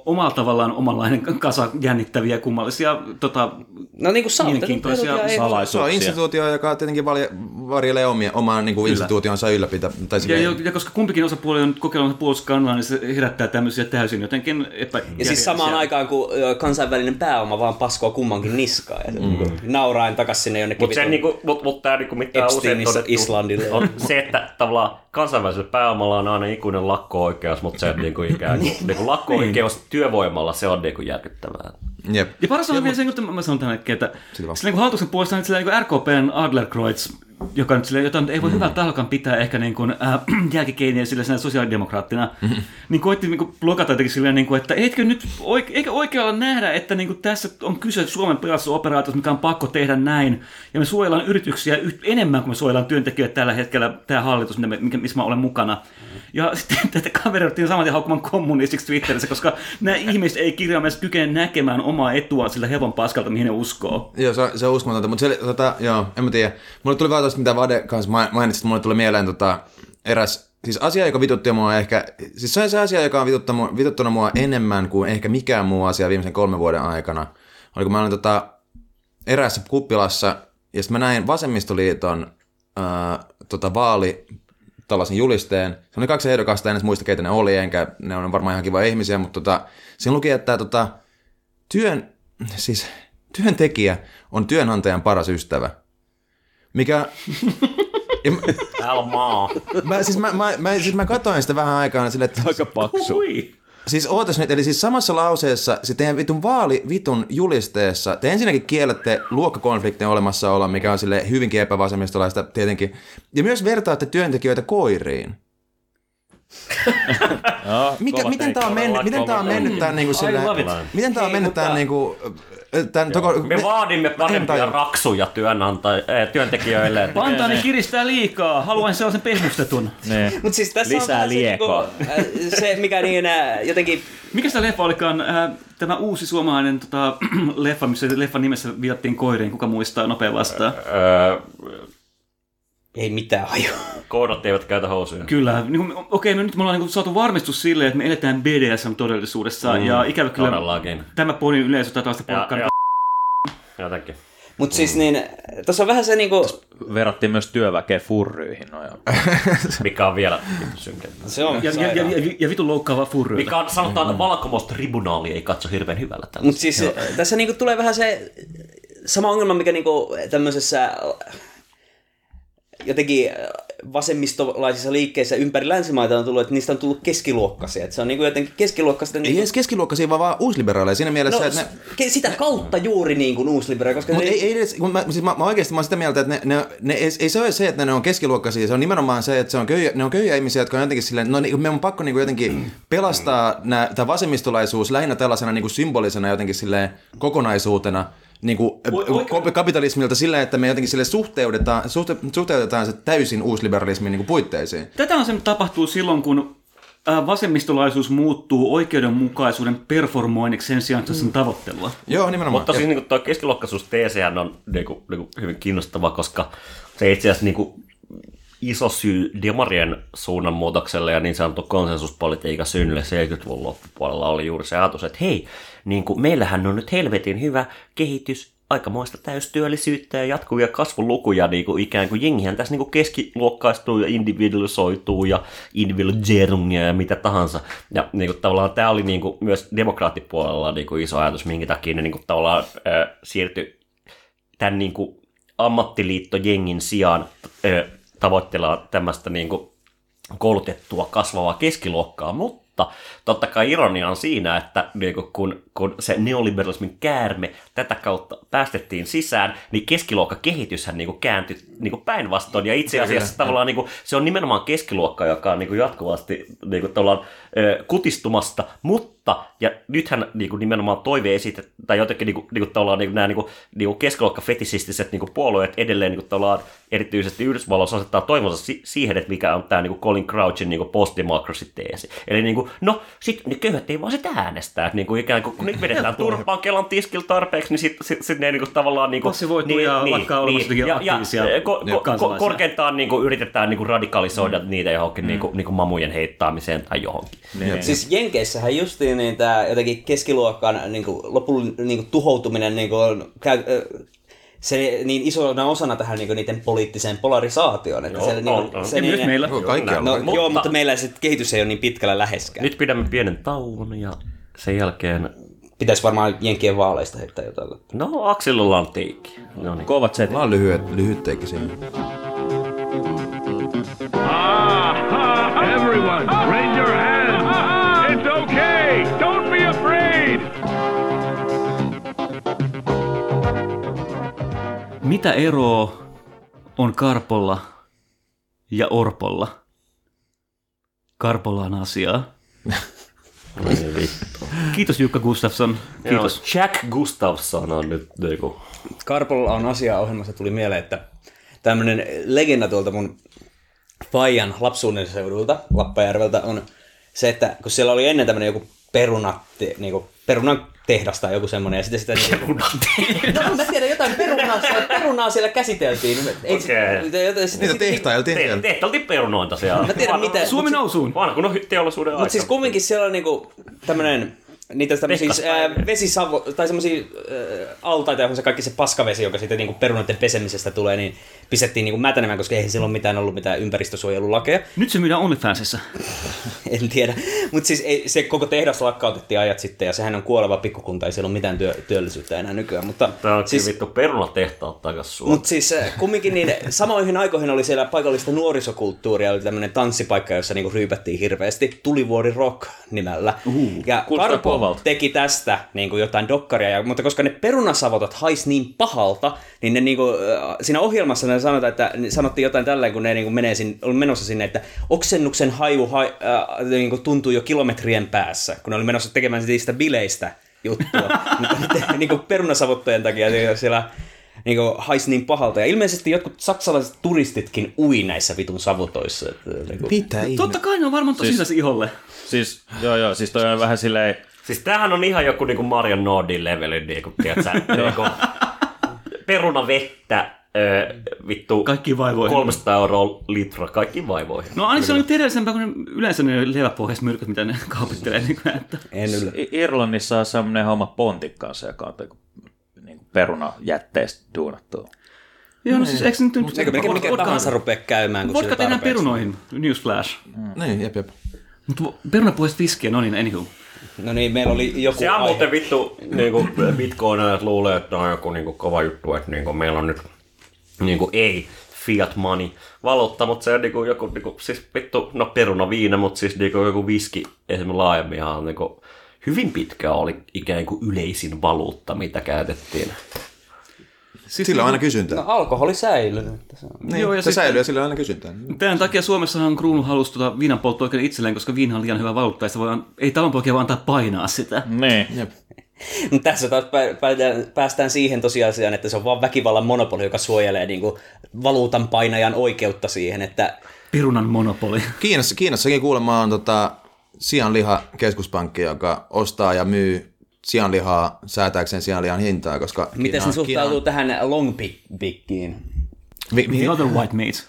omalla tavallaan omanlainen kasa jännittäviä, kummallisia, tota, no niin kuin mielenkiintoisia salaisuuksia. Se on instituutio, joka tietenkin varjelee omia, omaa niin kuin instituutionsa ylläpitä. Ja, ja, ja koska kumpikin osapuoli on kokeillut puolustuskannalla, niin se herättää tämmöisiä täysin jotenkin epä... Ja siis samaan aikaan, kun kansainvälinen pääoma vaan paskoo kummankin niskaa. Ja mm. nauraen takas sinne jonnekin. Mutta niinku, mut, mut tämä niinku, mitä on usein todettu, Islandille. On se, että tavallaan kansainvälisellä pääomalla on aina ikuinen lakko-oikeus, mutta se on niinku ikään kuin niinku lakko-oikeus työvoimalla, se on niinku järkyttävää. Jep. Ja paras on vielä se, että mä sanon tämän, että sillä niin hallituksen puolesta nyt niin R K P:n Adlercreutz, joka nyt sille, jota nyt ei voi mm. hyvältä tahalkaan pitää ehkä niin kuin, äh, jälkikeiniä sillä sosiaalidemokraattina, mm-hmm. niin koitti niin kuin blokata jotenkin silleen, niin kuin, että eikö nyt oike- eikö oikealla nähdä, että niin kuin tässä on kyse Suomen pelastusoperaatiosta, mikä on pakko tehdä näin, ja me suojellaan yrityksiä yht- enemmän kuin me suojellaan työntekijöitä tällä hetkellä, tämä hallitus, missä mä olen mukana. Ja sitten tätä kaveroitiin saman tien haukkumaan kommunistiksi Twitterissä, koska nämä ihmiset ei kirjaimellisesti kykene näkemään omaa etua sillä hevon paskalta, mihin ne uskoo. Joo, se on, se on uskomatonta, mutta se, tota, joo, en mä tiedä. Mulle tuli vaan tuosta, mitä Vade kanssa mainitsit, mulle tuli mieleen tota, eräs, siis asia, joka vitutti mua ehkä, siis se on se asia, joka on vituttanut, vituttanut mua enemmän kuin ehkä mikään muu asia viimeisen kolmen vuoden aikana. Oli kun mä olin tota, eräässä kuppilassa, ja sitten mä näin Vasemmistoliiton ää, tota, vaali, tällaisen julisteen. Se oli kaksi ehdokasta, en edes muista, keitä ne oli, enkä ne on varmaan ihan kiva ihmisiä, mutta tota, siinä luki, että tota, työn, siis, työntekijä on työnantajan paras ystävä. Mikä... Älä maa. Mä, siis mä, mä, mä, siis mä katsoin sitä vähän aikaa sille, että... Aika paksu. Hui. Siis ootas nyt, eli siis samassa lauseessa, se teidän vitun vaali vitun julisteessa, te ensinnäkin kiellätte luokkakonfliktin olemassaoloa, mikä on sille hyvinkin epävasemmistolaista tietenkin, ja myös vertaatte työntekijöitä koiriin. No, Mikä, miten tämä on mennyt, miten tämä on mennyt tämän niinku sille, miten tämä on mennyt tämän niinku tämän toko, me, me vaadimme parempia raksuja työntekijöille. Pantaani kiristää liikaa, haluan sellaisen pehmustetun. Mut siis tässä lisää on liekoa. Se, se, mikä niin jotenkin... Mikä sitä leffa olikaan? Äh, tämä uusi suomalainen tota, leffa, missä leffan nimessä viitattiin koiriin. Kuka muistaa nopea vastaan? Öö, Ei mitään hajua. Koodat eivät käytä housuja. Kyllä. Niin, okei, me nyt me ollaan niin saatu varmistus silleen, että me eletään B D S M-todellisuudessa. Mm, ja ikävä kyllä todellakin. Tämä ponin yleisö tai tällaista porkkaa. Jotenkin. Mutta siis niin, tuossa on vähän se niinku... Verrattiin myös työväkeä furryihin. No mikä on vielä synkempää. Se on ja, ja, ja, ja vitun loukkaava furryilla. Mikä on, sanotaan, että valkomostribunaali ei katso hirveän hyvällä tällä. Mutta siis Joo. tässä niinku tulee vähän se sama ongelma, mikä niinku tämmöisessä jotenkin vasemmistolaisissa liikkeissä ympäri länsimaita on tullut, että niistä on tullut keskiluokkaisia. Että se on niinku jotenkin keskiluokkaista... Ei niinku... edes keskiluokkaisia, vaan, vaan uusliberaaleja siinä mielessä, no, että ne... sitä kautta juuri niin kuin uusliberaaleja, koska... Mutta ne... ei, ei edes, kun mä, siis mä, mä oikeasti mä oon sitä mieltä, että ne, ne, ne, ei, ei se ole se, että ne on keskiluokkaisia, se on nimenomaan se, että se on köyhä, ne on köyhiä ihmisiä, jotka on jotenkin silleen, no me on pakko niinku jotenkin pelastaa tämä vasemmistolaisuus lähinnä tällaisena niinku symbolisena jotenkin silleen kokonaisuutena, niin kuin kapitalismilta sillä, että me jotenkin sille suhteutetaan, suhte, suhteutetaan se täysin uusliberalismin niin kuin puitteisiin. Tätä on se, mitä tapahtuu silloin, kun vasemmistolaisuus muuttuu oikeudenmukaisuuden performoinniksi sen sijaan, että se on tavoittelua. Joo, nimenomaan. Mutta siis niin tuo keskiluokkaisuus-teesihän on niin kuin, niin kuin hyvin kiinnostava, koska se itse asiassa niin kuin iso syy demarien suunnanmuutokselle ja niin sanottu konsensuspolitiikan synnylle seitsemänkymmentäluvun loppupuolella oli juuri se ajatus, että hei, niin kuin meillähän on nyt helvetin hyvä kehitys, aikamoista täystyöllisyyttä ja jatkuvia kasvulukuja, niin kuin ikään kuin jengihän tässä niin kuin keskiluokkaistuu ja individualisoituu ja individualiseerungia ja mitä tahansa. Ja niin kuin, tavallaan tämä oli niin kuin, myös demokraattipuolella niin kuin iso ajatus, minkä takia ne niin kuin, tavallaan äh, siirtyi tämän niin kuin, ammattiliittojengin sijaan äh, tavoittellaan tämmöistä niin kuin koulutettua kasvavaa keskiluokkaa, mutta totta kai ironia on siinä, että niin kun, kun se neoliberalismin käärme tätä kautta päästettiin sisään, niin keskiluokkakehityshän niin kääntyi niin päinvastoin, ja itse asiassa tavallaan niin kuin, se on nimenomaan keskiluokka, joka on niin jatkuvasti niin kuin, ö, kutistumasta, mutta ja nythän niin kuin, nimenomaan toive esitet, tai jotenkin niin kuin, niin kuin, tavallaan, niin kuin, nämä niin kuin, niin kuin keskiluokkafetisistiset niin kuin puolueet edelleen niin kuin, tavallaan, erityisesti Yhdysvalloissa asettaa toivonsa si- siihen, että mikä on tämä niin kuin Colin Crouchin niin kuin post-democracy-teesi. Eli niin kuin, no, sitten ne köyhät ei vaan sitä äänestää, että niin kuin, ikään kuin kun nyt vedetään turpaan Kelan tiskillä tarpeeksi, niin sitten sit, sit ne niin kuin, tavallaan... Niin kuin, passivoituu niin, ja niin, lakkaa olemassa niin, aktiivisia ja, ko, ko, ko, korkeintaan niin kuin, yritetään niin kuin, radikalisoida mm. niitä johonkin mm. niin kuin, niin kuin mamujen heittaamiseen tai johonkin. Mm. Siis Jenkeissähän justiin tyyliin niin tämä jotenkin keskiluokkaan niin kuin, lopullinen niin kuin, tuhoutuminen niin kuin, on käy, se niin isona osana tähän niin kuin, niiden poliittiseen polarisaatioon. Että Joo, se, on, niin kuin, on. se, Ja niin, myös meillä. No, kaikki No, on. mutta, joo, mutta meillä se kehitys ei ole niin pitkällä läheskään. Nyt pidämme pienen tauon ja sen jälkeen... Pitäisi varmaan Jenkkien vaaleista heittää jotain. No, Akselilla on teikki. No niin. Kovat setit. Mä oon lyhyet, lyhyt teikki siinä. Ah, everyone, raise your hands. It's okay. Don't be afraid. Mitä eroa on Karpolla ja Orpolla? Karpolla on asiaa. Ai vittu. Kiitos Jukka Gustafsson. Kiitos. Joo, Jack Gustafsson on nyt niinku... Karpolla on asiaa ohjelmassa tuli mieleen, että tämmöinen legenda tuolta mun faijan lapsuuden seudulta, Lappajärveltä, on se, että kun siellä oli ennen tämmöinen joku peruna, niinku, perunan tehdas tai joku semmoinen, ja sitten sitä... Niinku, no, mä tiedän, jotain perunaa, perunaa siellä käsiteltiin. Ei, Okei. sit- Niitä sit- tehtailtiin Te, siellä. tehtailtiin perunoita siellä. Mä tiedän, mitä... Suomi mut- nousuun. Vanha kun on teollisuuden aika. Mutta siis kumminkin siellä on niinku tämmönen, niitä tämmöisiä Tehdaspäivä. ää, vesisavo, tai semmoisia ää, altaita, johon se kaikki se paskavesi, joka siitä niinku perunoiden pesemisestä tulee, niin pistettiin niinku mätänemään, koska eihän silloin mitään ollut mitään ympäristösuojelulakeja. Nyt se myydään OnlyFansissa. En tiedä. Mutta siis ei, se koko tehdas lakkautettiin ajat sitten, ja sehän on kuoleva pikkukunta, ei siellä ole mitään työ, työllisyyttä enää nykyään. Mutta Tää on siis, siis... vittu perunatehtaat takas Suomeen. Mutta siis äh, kumminkin niin samoihin aikoihin oli siellä paikallista nuorisokulttuuria, oli tämmöinen tanssipaikka, jossa niinku ryypättiin hirveästi, Tulivuori Rock nimellä. Uh, ja kuulostaa Karpo kovalta. teki tästä niinku jotain dokkaria, ja, mutta koska ne perunasavotat hais niin pahalta, niin ne niinku, äh, siinä ohjelmassa ne sanotaan, että ne sanottiin jotain tällä, kun ne niinku menee sinne, oli menossa sinne, että oksennuksen haju ha, äh, niinku tuntuu jo kilometrien päässä, kun ne oli menossa tekemään niistä bileistä juttua. Mutta niiden niinku perunasavottojen takia niin siellä niinku haisi niin pahalta. Ja ilmeisesti jotkut saksalaiset turistitkin ui näissä vitun savutoissa. Että, niinku... Mitä ihme? Totta kai ne on varmaan tosi Siis- iholle. Siis, joo joo, siis toi on vähän silleen... Siis tämähän on ihan joku niinku Marian Nordin leveli, niinku, tiedätkö, niinku, perunavettä, ö, vittu, Kaikkiin vaivoihin. kolmesataa euroa litra, kaikkiin vaivoihin. No ainakin se on nyt terveellisempää kuin ne, yleensä ne leväpohjaiset myrkyt, mitä ne kaupittelee. Niin kuin, että. En yllä. I- Irlannissa on semmoinen homma Pontin kanssa, joka on niinku, niinku perunajätteestä duunattua. Joo, no siis eikö se nyt... Eikö mikä, mikä tahansa rupea käymään, kun Vodka sitä tehdään tarpeeksi? perunoihin, newsflash. Niin, jep, jep. Mutta perunapohjaiset viskiä, no niin, anywho. No niin, meillä oli joku Se on aihe. muuten vittu, niinku, bitcoinajat luulee, että on joku niinku, kova juttu, että niinku, meillä on nyt niinku, ei fiat money valuutta, mutta se on niinku, joku, niinku, siis vittu, no peruna viina, mutta siis niinku, joku viski esimerkiksi laajemminhan niinku, hyvin pitkään oli ikään kuin yleisin valuutta, mitä käytettiin. Siis Sillä on aina kysyntää. No alkoholi säilynyt. Tässä on. Niin, Joo, ja se sitten- säilyy ja sillä on aina kysyntää. Tämän takia Suomessahan kruunu halusi tuota viinan polttoa itselleen, koska viina on liian hyvä valuutta, ja sitä voi, ei talonpoikia vaan antaa painaa sitä. Niin. Jep. Mutta tässä taas pä- päästään, päästään siihen tosiasiaan, että se on vaan väkivallan monopoli, joka suojelee niinku valuutan painajan oikeutta siihen, että Perunan monopoli. Kiinassa, Kiinassakin kuulemma on tota, sianliha keskuspankki, joka ostaa ja myy sianlihaa säätääkseen sianlihan hintaa, koska miten se Kiina- suhtautuu Kiina- tähän long pickiin. Vi- vi- The other white mates.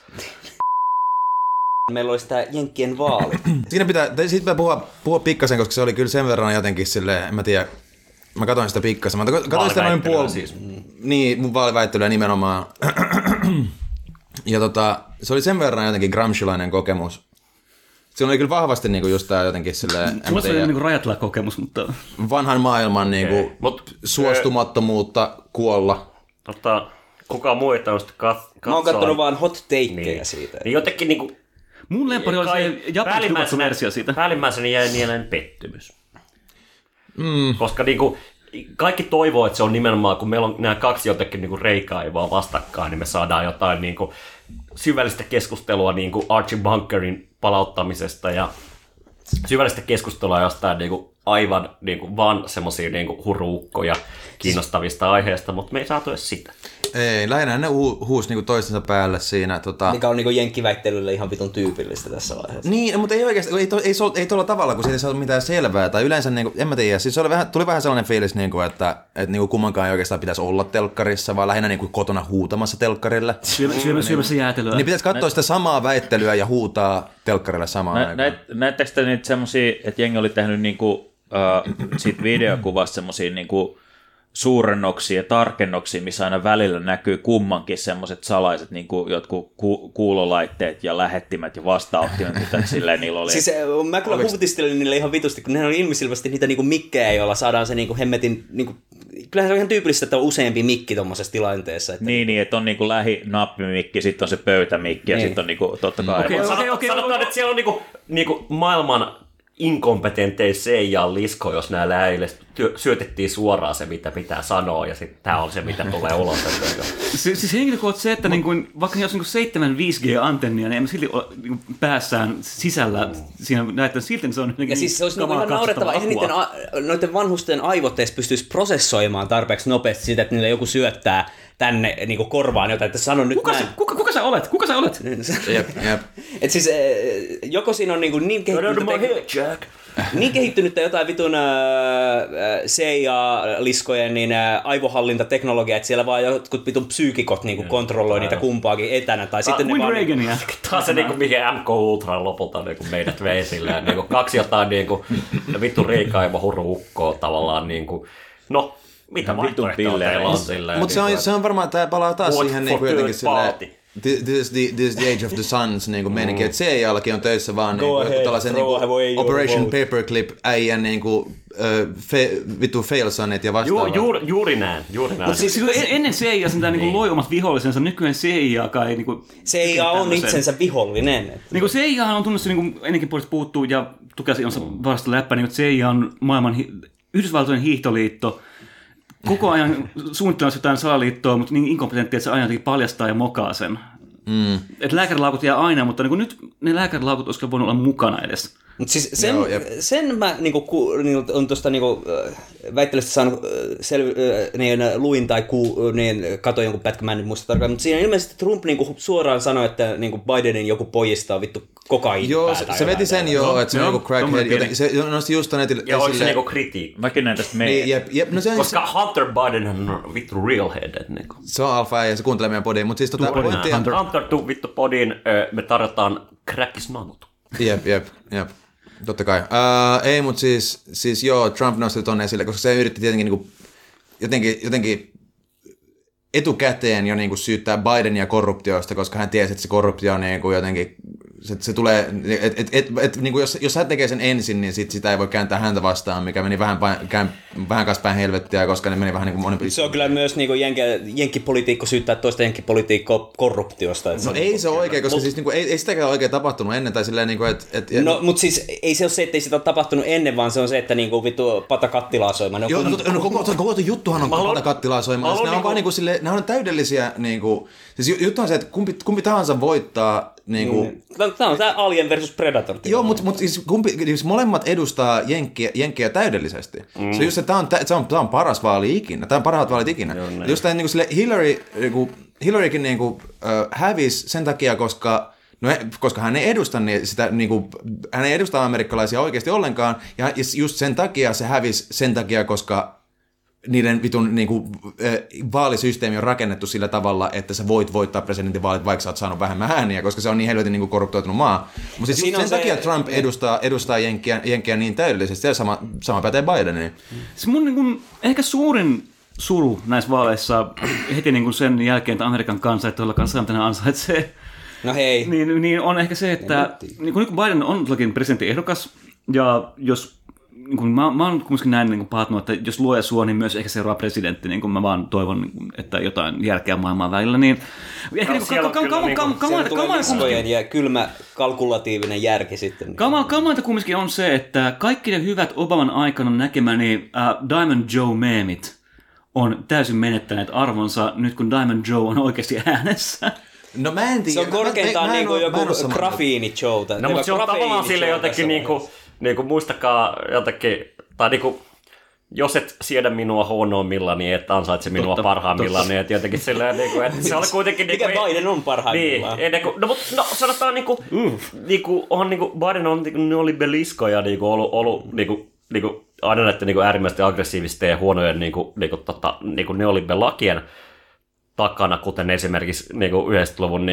Meillä olisi tämä Jenkkien vaali. Siinä pitää, siitä pitää puhua, puhua pikkasen, koska se oli kyllä sen verran jotenkin silleen, en mä tiedä, mä katsoin sitä pikkasen, mä katsoin sitä noin Vaaliväittelyä puoli, siis. niin, mun vaaliväittelyä nimenomaan, ja tota, se oli sen verran jotenkin gramscilainen kokemus. Siinä oli kyllä vahvasti niinku just tää jotenkin silleen, en mä Mulla se oli tiedä, niinku rajatella kokemus, mutta... vanhan maailman niinku Okei. Mut, suostumattomuutta kuolla. Tota, kukaan muu ei tämmöistä kat- katsoa. Mä oon kattonut vaan hot takeja niin. siitä. Niin jotenkin niinku... Mun lempari oli kai- se japaniksi kuvattu versio siitä. Päällimmäisenä jäi mieleen pettymys. Mm. Koska niinku, kaikki toivoo, että se on nimenomaan, kun meillä on nämä kaksi jotenkin niinku reikaivaa vastakkain, niin me saadaan jotain niinku syvällistä keskustelua niinku Archie Bunkerin palauttamisesta ja syvällistä keskustelua jostain niinku aivan niinku vaan semmosia niinku huruukkoja kiinnostavista aiheista, mutta me ei saatu edes sitä. Ei, lähinnä ne hu- huusi niinku toistensa päälle siinä. Tota... Mikä on niinku jenkkiväittelylle ihan vitun tyypillistä tässä vaiheessa. Niin, mutta ei oikeasti, ei, to, ei, so, ei tuolla tavalla, kun siitä ei saa mitään selvää. Tai yleensä, niin kuin, en mä tiedä, siis se oli vähän, tuli vähän sellainen fiilis, niin kuin, että, että niin kuin kummankaan ei oikeastaan pitäisi olla telkkarissa, vaan lähinnä niin kuin kotona huutamassa telkkarille. Syömä, syömä, syömässä jäätelöä. Niin pitäisi katsoa sitä samaa väittelyä ja huutaa telkkarille samaan Nä, aikaan. näit, näittekö te niitä semmosia, että jengi oli tehnyt niinku äh, siitä videokuvasta semmoisia niinku suurennoksia ja tarkennuksia, missä aina välillä näkyy kummankin semmoiset salaiset niin kuin jotkut ku- kuulolaitteet ja lähettimet ja vastaanottimet, mitä silleen niillä oli. Siis mä kyllä Oliko... huutistelin niille ihan vitusti, kun ne on ilmiselvästi niitä niinku mikkejä, joilla saadaan se niinku hemmetin... Niinku... Kyllähän se on ihan tyypillistä, että on useampi mikki tuommoisessa tilanteessa. Että... Niin, niin, että on niinku lähinappimikki, sitten on se pöytämikki ja niin. sitten on niinku, totta kai... Okei, Okay, okei, okei. Sanotaan, että siellä on niinku, niinku maailman inkompetentein C I A-lisko, jos näillä äijille syötettiin suoraan se, mitä pitää sanoa, ja sitten tämä on se, mitä tulee ulos. Si- siis henkilökohtaisesti se, että niin kuin, vaikka jos niin seitsemän viisi G-antennia, niin emme silti ole niin päässään sisällä siinä näyttää silti, se on Ja siis se olisi niinku ihan naurettava, eihän niiden, a- noiden vanhusten aivot edes pystyisi prosessoimaan tarpeeksi nopeasti sitä, että niille joku syöttää tänne niinku korvaan jotain, että sano nyt kuka, näin. sä, kuka, kuka sä olet? Kuka sä olet? Jep, jep. Et siis joko siinä on niinku niin kehittynyt, niin kehittynyt jotain vitun C I A-liskojen niin aivohallintateknologiaa, että siellä vaan jotkut vitun psyykikot niinku kontrolloi niitä kumpaakin etänä. Tai sitten ne vaan... Reagania. Tämä on se, niinku, mihin M K Ultra lopulta niinku meidät vei silleen. Niinku, kaksi jotain niinku, vittu riikaivohuruukkoa tavallaan. Niinku, no, mitä vaihtoehtoja teillä on silleen? Mutta se, on, se on varmaan, tämä palaa taas What siihen for niinku jotenkin third silleen... party? This is, the, this is the age of the sons, niin kuin meininki, että C I A:llakin on töissä vaan Go niin ahead, kuin, tällaisen niin throw away kuin, your Operation vote. Paperclip äijän niin kuin, uh, fe, vittu failsonit ja Ju, vastaavat. juuri, juuri näin, juuri näin. Mutta siis en- ennen C I A sentään niin loi omat vihollisensa, nykyään C I A ei... Niin kuin, C I A on itsensä vihollinen. niin kuin C I A on tunnettu, niin kuin ennenkin puolesta puuttuu ja tukasi on vasta läppä, niin kuin C I A on maailman hi- Yhdysvaltojen hiihtoliitto, koko ajan suunnittelemassa jotain salaliittoa, mutta niin inkompetentti, että se aina paljastaa ja mokaa sen. Mm. Että lääkärilaukut jää aina, mutta niin nyt ne lääkärilaukut olisivat voinut olla mukana edes. Mut siis sen, Joo, jep. sen mä niinku, ku, niinku, on tuosta niinku, äh, väittelystä saanut äh, sel, äh, niin, luin tai ku, niin, katoin jonkun pätkän, mä en nyt muista tarkkaan, mutta siinä ilmeisesti Trump niinku, suoraan sanoi, että niinku, Bidenin joku pojista on vittu kokain. Joo, se, se veti sen joo, että se on joo, joku crackhead, tommoinen joten se nosti just netille Ja oliko se esille. niinku kritiikki? Mäkin näin tästä meidän. Niin, jep, jep, no se on, Koska Hunter Biden on vittu real headed. Niinku. se on alfa ja se kuuntelee meidän podiin, mutta siis tota Tuu podin, pointtia... Hunter. Hunter, tuu vittu podiin, me tarjotaan crackisnanut. Jep, jep, jep. Totta kai. Uh, ei, mutta siis, siis joo, Trump nosti ton esille, koska se yritti tietenkin niinku, jotenkin, jotenkin etukäteen jo niinku syyttää Bidenia korruptiosta, koska hän tiesi, että se korruptio on niinku jotenkin, se, se tulee, että et, et, et, niinku jos, jos hän tekee sen ensin, niin sit sitä ei voi kääntää häntä vastaan, mikä meni vähän, päin, vähän kanssa päin helvettiä, koska ne meni vähän niin kuin monen... Se on kyllä myös niinku jenke, jenkkipolitiikko syyttää toista jenkkipolitiikkoa korruptiosta. No ei se ole oikein, koska mut, siis niinku, ei, ei sitäkään oikein tapahtunut ennen, tai silleen niinku, että... Et, no, mutta siis ei se ole se, että ei sitä ole tapahtunut ennen, vaan se on se, että niinku vittu pata kattilaa soimaan. Joo, no, no, koko, koko juttuhan on pata kattilaa soimaan. Nämä on niinku... vaan niinku silleen, nämä on täydellisiä niinku... Siis juttu on se, että kumpi, kumpi tahansa voittaa niinku... Mm. Tämä on tämä Alien versus Predator. Joo, mutta mut, siis, kumpi, siis molemmat edustaa jenkkiä, jenkkiä täydellisesti. Mm. Se, just, se, tämä, on, tämä, on, tämä on paras vaali ikinä. Tämä on parhaat vaalit ikinä. Joo, just tämä, niin kuin sille Hillary, niin Hillarykin niin kuin, äh, hävisi sen takia, koska... No, koska hän ei edusta niin sitä, niin kuin, hän ei edusta amerikkalaisia oikeasti ollenkaan, ja just sen takia se hävisi sen takia, koska niiden vitun niin kuin, vaalisysteemi on rakennettu sillä tavalla, että sä voit voittaa presidentinvaalit, vaikka sä oot saanut vähemmän ääniä, koska se on niin helvetin niin kuin korruptoitunut maa. Mutta siis sen se... takia Trump edustaa, edustaa jenkkiä, jenkkiä niin täydellisesti, ja sama, sama pätee Bideniin. Se mun niin kuin, ehkä suurin suru näissä vaaleissa heti niin kuin sen jälkeen, että Amerikan kansa, että tuolla kanssa mitä ne ansaitsee, no hei. Niin, niin on ehkä se, että niin kun Biden on todellakin presidenttiehdokas, ja jos niin kun mä, mä oon kuitenkin näin niin pahtunut, että jos luoja suo, niin myös ehkä seuraava presidentti, niin kun mä vaan toivon, niin, että jotain järkeä maailman välillä, niin ehkä niin siellä tulee liskojen ja kylmä kalkulatiivinen järki sitten. Kamainta kumminkin on se, että kaikki ne hyvät Obaman aikana näkemäni uh, Diamond Joe-meemit on täysin menettäneet arvonsa nyt, kun Diamond Joe on oikeasti äänessä. No mä en tiedä. Se on korkeintaan mä, mä, niinku joku grafiini-show. No mutta se on tavallaan sille jotenkin niinku, niinku muistakaa jotenkin, tai niinku, jos et siedä minua huonoimmillaan, niin et ansaitse minua totta, parhaimmillaan, niin et jotenkin silleen niinku, että se oli kuitenkin niinku... Mikä Biden on parhaimmillaan? Niin, niinku, no mutta no, sanotaan niinku, mm. niinku, on niinku, Biden on niinku neoliberaliskoja niinku ollut, ollut niinku, niinku, aina näiden niinku äärimmäisesti aggressiivisten ja huonojen niinku, niinku, tota, niinku neoliberalakien takana, kuten esimerkiksi niinku yhdeksänkymmentäluvun niinku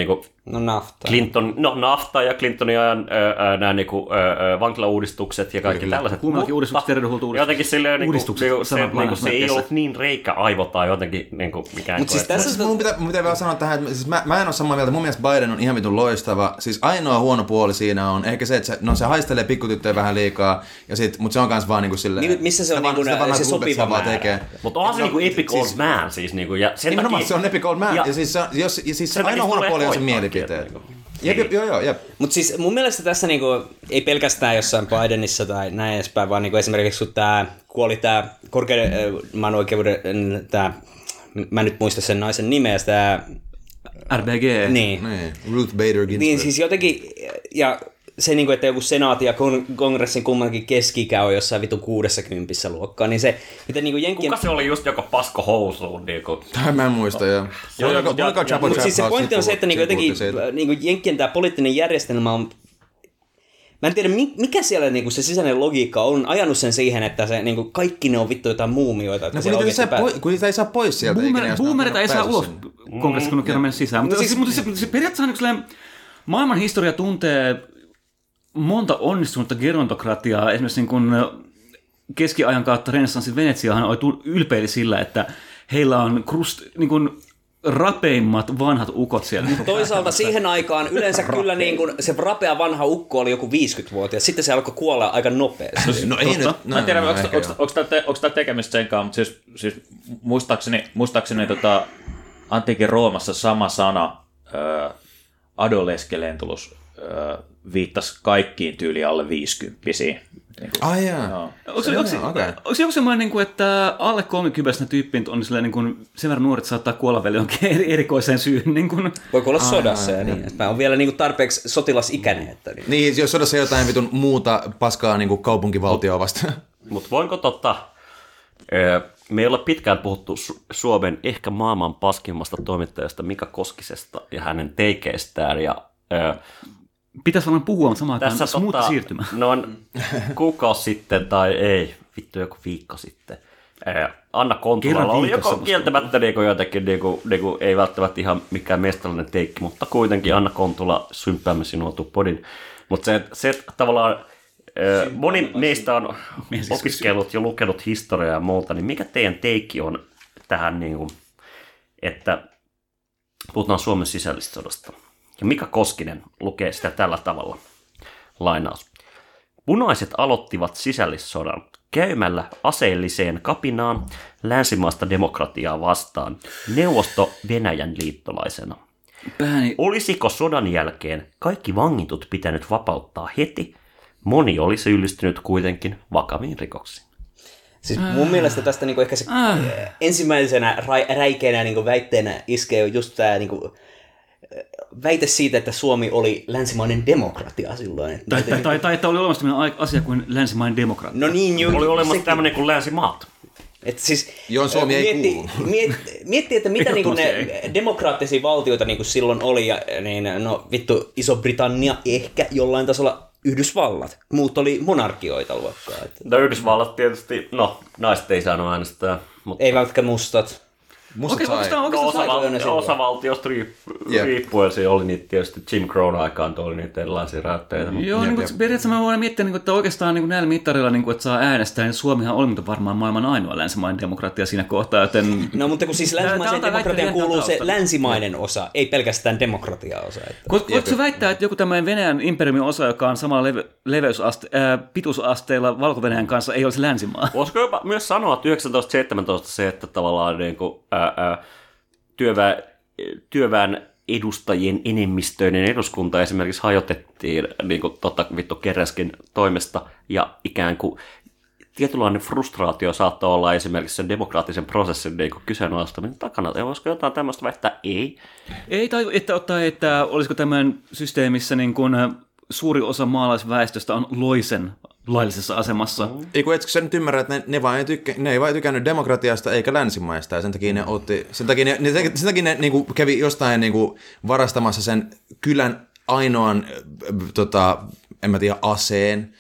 No nafta. Clinton, no nafta ja Clintonin ajan öö, nämä niinku, öö, vankilauudistukset ja kaikki Kyllä. tällaiset. Kummallakin uudistukset, terveydenhuolto-uudistukset. Jotenkin silleen, niinku, Uudistukset, niinku, se, sanat niinku, se ei lainausmerkeissä. ollut niin reikäaivo tai jotenkin niinku, mikään. Mut siis että- tässä- Siis mun, pitää, mun pitää vielä sanoa tähän, että siis mä, mä en ole samaa mieltä. Mun mielestä Biden on ihan vitun loistava. Siis ainoa huono puoli siinä on ehkä se, että se, no, se haistelee pikkutyttöjä vähän liikaa, ja sit, mutta se on kans vaan niinku silleen... Niin, missä se on sitä niinku vanhaa se Googlet sopiva siellä vaan määrä. tekee. Mutta onhan se niinku epic old man siis. Niinku, ja sen Nimenomaan takia, se on epic old man. Ja- Ja, ja siis, se on, jos, ja siis sen takia ainoa se huono tulee puoli on se voittaa, mielipiteet. niinku. Jep, jep, joo, joo, jep. Mutta siis mun mielestä tässä niinku, ei pelkästään jossain Bidenissa tai näin edespäin, vaan niinku esimerkiksi kun tää kuoli tää korkeimman oikeuden, tää, mä nyt muista sen naisen nimeä, tää... R B G. Niin. Niin, Ruth Bader Ginsburg. Niin siis jotenkin, ja se niinku, että joku senaati ja kon- kongressin kummankin keski-ikä on jossain vitu kuudessakymppissä luokkaa, niin se, miten niinku jenkkien... Kuka se oli just joka pasko housuun? Niinku. Tai mä en muista, joo. Monika ja- Monika Chapo Mutta siis se Chapo pointti on se, että niinku jotenkin puhutti siitä. niinku jenkkien tämä poliittinen järjestelmä on... Mä en tiedä, mi- mikä siellä niinku se sisäinen logiikka on ajanut sen siihen, että se niinku kaikki ne on vittu jotain muumioita. Että No siellä kun niitä, ei oikeasti saa pää- poi, kun niitä ei saa pois sieltä. ikinä, Boomer, jos ne on boomereita ei saa päässyt ulos sinne. kongressista, kun on kerran mennyt sisään. Mutta, No siis, siis- mutta se, se periaatteessa on niin maailman historia tuntee monta onnistunutta gerontokratiaa. Esimerkiksi niin kuin keskiajan kautta renessanssin Venetsiahan oli tu- ylpeili sillä, että heillä on krust, niin kuin rapeimmat vanhat ukot siellä. Toisaalta siihen aikaan yleensä kyllä niin kuin se rapea vanha ukko oli joku viisikymmentävuotias, sitten se alkoi kuolla aika nopeasti. No ei nyt. No, Mä en tiedä, no, onko ehkä joo. tämä te, tekemistä sen kanssa, mutta siis, siis muistaakseni, muistaakseni tota, antiikin Roomassa sama sana, äh, adoleskelentulus, äh, viittasi kaikkiin tyyliin alle viisikymppisiin. Niin kuin, Ai jaa. joo. Onko se, onko, se, Okei. onko se joku semmoinen, niin kuin, että alle kolmekymmentä tyyppi on silleen, niin kuin, sen verran nuoret saattaa kuolla vielä jonkin eri- erikoiseen syyyn? Niin kuin, Voiko olla sodassa ja niin. Mä oon vielä niin kuin tarpeeksi sotilasikäinen. Että niin. Niin, jos sodassa jotain vitun muuta paskaa niin kuin kaupunkivaltioa vastaan. Mutta voinko tota, ö, me ei ole pitkään puhuttu Su- Suomen ehkä maailman paskimmasta toimittajasta Mika Koskisesta ja hänen teikeistään. Ja, ö, pitäisi varmaan puhua, mutta samaan aikaan tässä smooth tota, siirtymä. noin kuukausi sitten tai ei, vittu joku viikko sitten. ö, Anna Kontulalla Kerran oli viikossa joko musta kieltämättä niinku jotenkin, niinku, niinku, ei välttämättä ihan mikään mestallinen teikki, mutta kuitenkin Anna Kontula symppäämme sinua podin. Mutta se, se että tavallaan ö, moni meistä on opiskellut ja lukenut historiaa ja muuta, niin mikä teidän teikki on tähän, niinku, että puhutaan Suomen sisällissodasta. Ja Mika Koskinen lukee sitä tällä tavalla. Lainaus. Punaiset aloittivat sisällissodan käymällä aseelliseen kapinaan länsimaista demokratiaa vastaan Neuvosto-Venäjän liittolaisena. Pääni, Olisiko sodan jälkeen kaikki vangitut pitänyt vapauttaa heti? Moni oli syyllistynyt kuitenkin vakaviin rikoksiin. Siis mun mielestä tästä niinku ehkä se Ah. ensimmäisenä ra- räikeänä niinku väitteenä iskee just tää niinku, väite siitä, että Suomi oli länsimainen demokratia silloin. Että tai, tai, tai, tai että oli olemassa tämmöinen asia kuin länsimainen demokratia. no niin, ju, Oli olemassa sekin. tämmöinen kuin länsimaat. Että siis, Johon Suomi ei mietti, kuulu. Miet, miettii, että mitä niinku tosi ne ei. demokraattisia valtioita niinku silloin oli, ja, niin no vittu Iso-Britannia ehkä jollain tasolla Yhdysvallat. Muut oli monarkioita luokkaa. Että. No Yhdysvallat tietysti, no naiset ei saanut äänestää, mutta Ei välttämättä mustat. Musta Okei, onko sai. tämä no, oikeastaan sai- osaval- ne silloin. osavaltiosta riip- Jep. riippuen se oli niitä tietysti Jim Crown aikaan, oli niitä erilaisia rajoitteita. mutta- Joo, Jep, niin jep. kuin, periaatteessa mä voin miettiä, niin kuin, että oikeastaan niin kuin näillä mittarilla, niin kuin, että saa äänestää, niin Suomihan oli mutta varmaan maailman ainoa länsimainen demokratia siinä kohtaa, joten... No mutta kun siis Tää- tää länsimaiseen on tää demokratiaan väittely kuuluu se taustalla. länsimainen osa, ei pelkästään demokratia-osa. Että. Voitko voitko sä väittää, että joku tämmöinen Venäjän imperiumin osa, joka on samalla leve- leveysaste- ää, pituusasteella Valko-Venäjän kanssa, ei olisi länsimaa? Voisiko jopa myös sanoa, että yhdeksäntoista seitsemäntoista se, että tavallaan niin kuin, ää, ää, työväen, työväen edustajien enemmistöinen eduskunta esimerkiksi hajotettiin niin kuin, tota, vittu Kereskin toimesta, ja ikään kuin tietynlainen frustraatio saattoi olla esimerkiksi sen demokraattisen prosessin niin kuin kyseenalaistaminen takana. Ja voisiko jotain tämmöistä väittää? Ei. Ei, tai että ottaa, että olisiko tämmöinen systeemissä niin kuin suuri osa maalaisväestöstä on loisen laillisessa asemassa. Mm. Ei kun etkö sä nyt ymmärrä, että ne, ne, vaan ei tykkä, ne ei vaan tykännyt demokratiasta eikä länsimaista, ja sen takia ne otti, sen takia ne, ne, sen takia ne niinku kävi jostain niinku varastamassa sen kylän ainoan, äh, tota, en mä tiedä, aseen.